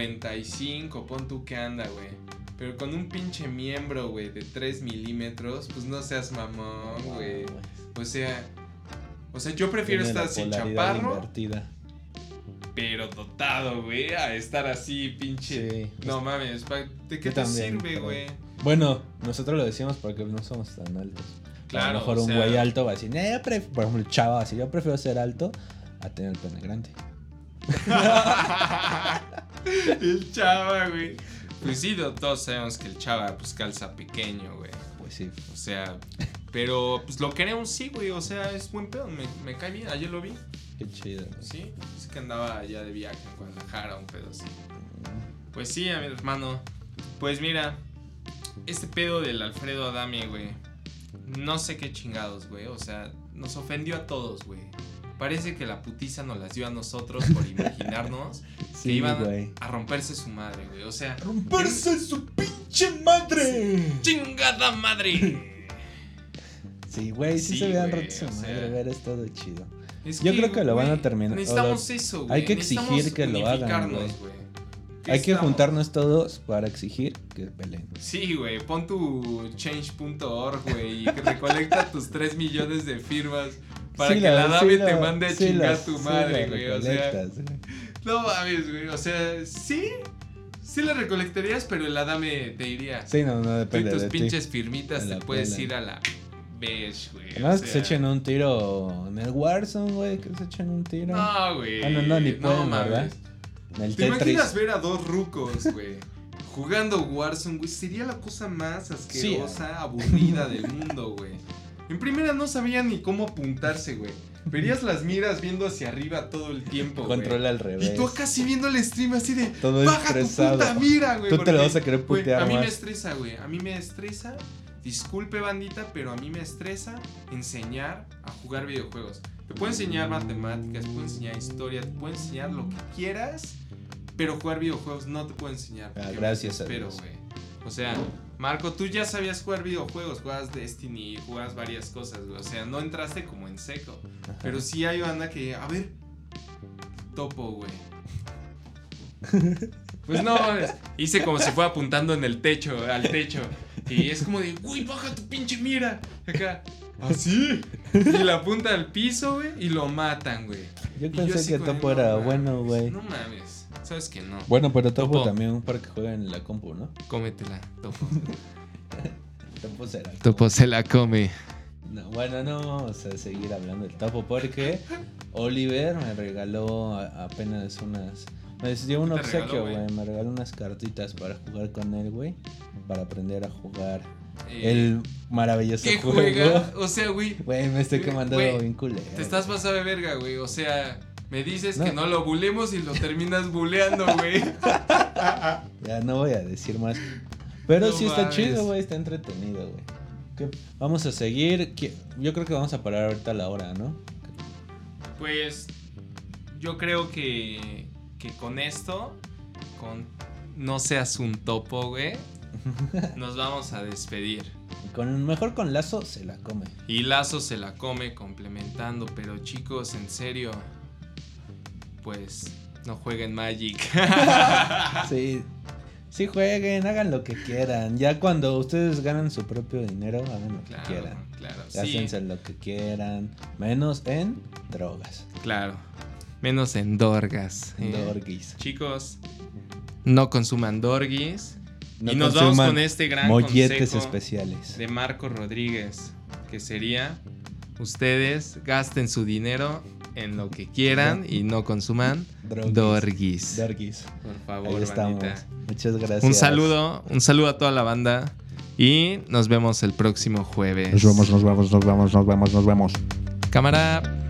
1.95, pon tú que anda, güey. Pero con un pinche miembro, güey, de 3 milímetros, pues no seas mamón, No, güey. O sea, yo prefiero Tiene la estar sin polaridad chaparro, invertida. pero dotado, güey, a estar así, pinche. Sí. No mames, ¿de qué Yo te también, sirve, pero- güey? Bueno, nosotros lo decimos porque no somos tan altos. A Claro, lo mejor o un sea- güey alto va a decir, por ejemplo, el chavo así, yo prefiero ser alto a tener el pene grande. El chava, güey. Pues sí, todos sabemos que el chava, pues calza pequeño, güey. Pues sí. O sea, pero pues lo queremos, sí, güey. O sea, es buen pedo, me cae bien. Ayer lo vi, Qué chido. sí. Es que andaba allá de viaje en Guadalajara, un pedo así. Pues sí, a mi hermano. Pues mira, este pedo del Alfredo Adame, güey. No sé qué chingados, güey. O sea, nos ofendió a todos, güey. Parece que la putiza nos las dio a nosotros por imaginarnos que Sí, iban güey. a romperse su madre, güey. O sea, ¡Romperse su pinche madre! ¡chingada madre! Sí, güey, sí, Sí, se habían güey, roto su o sea, madre, ver, es todo chido. Es Yo creo que lo van a güey, terminar, o Necesitamos lo- eso, güey. hay que exigir Necesitamos que lo hagan, unificarnos, güey. ¿Qué Hay que estamos? juntarnos todos para exigir que peleen. Sí, güey, pon tu change.org, güey, y que recolecta tus 3 millones de firmas para Sí, que la Dame te la- mande a sí chingar las- tu sí madre, las güey. O sea, recolectas, güey. no mames, güey. O sea, sí la recolectarías, pero el Adame te diría. Sí, no Tú y depende tus de ti. pinches firmitas Me te la puedes pelan. ir a la Beige, güey. No, es que se echen un tiro en el Warzone, güey. Que se echen un tiro. No, güey. No, ni pueden, ¿verdad? En el ¿Te Tetris. imaginas ver a dos rucos, güey? Jugando Warzone, güey. Sería la cosa más asquerosa, aburrida del mundo, güey. En primera no sabían ni cómo apuntarse, güey. Verías las miras viendo hacia arriba todo el tiempo, güey. Controla al revés. Y tú casi viendo el stream así de todo baja estresado. tu puta mira, güey. Tú te lo vas a querer putear a mí más. me estresa, güey. A mí me estresa. Disculpe, bandita, pero a mí me estresa enseñar a jugar videojuegos. Te puedo enseñar matemáticas, te puedo enseñar historia, te puedo enseñar lo que quieras, pero jugar videojuegos no te puedo enseñar. Gracias a Dios. Güey. O sea, Marco, tú ya sabías jugar videojuegos, jugabas Destiny, jugabas varias cosas, güey. O sea, no entraste como en seco. Ajá. Pero sí hay banda que, a ver, topo, güey. Pues no, hice como si fuera apuntando en el techo, al techo. Y es como de, uy, baja tu pinche mira. Acá, así. Y la apunta al piso, güey, y lo matan, güey. Yo pensé que Topo era bueno, güey. No mames, sabes que no. Bueno, pero Topo también para que jueguen en la compu, ¿no? Cómetela, Topo. Topo será. Topo se la come. No, bueno, no vamos a seguir hablando del Topo porque Oliver me regaló apenas unas... Me dio un obsequio, güey. Me regaló unas cartitas para jugar con él, güey. Para aprender a jugar el maravilloso ¿qué juego. Juega? O sea, güey. Güey, me estoy quemando bien culero. Te estás pasando de verga, güey. O sea, me dices que no lo bulemos y lo terminas buleando, güey. Ya no voy a decir más. Pero No sí está mames. chido, güey. Está entretenido, güey. Vamos a seguir. Yo creo que vamos a parar ahorita la hora, ¿no? Pues yo creo que con esto, no seas un topo, güey, nos vamos a despedir. Mejor con Lazo se la come. Y Lazo se la come complementando, pero chicos, en serio, pues no jueguen Magic. Sí jueguen, hagan lo que quieran. Ya cuando ustedes ganan su propio dinero, hagan lo que quieran. Claro, Gástense lo que quieran, menos en drogas. Claro, menos en dorgas. Dorguis. Chicos, no consuman dorguis. No y nos vamos con este gran molletes consejo especiales de Marco Rodríguez, que sería: ustedes gasten su dinero en lo que quieran y no consuman dorguis. Por favor, ahí estamos. bandita. Muchas gracias. Un saludo a toda la banda y nos vemos el próximo jueves. Nos vemos. Cámara.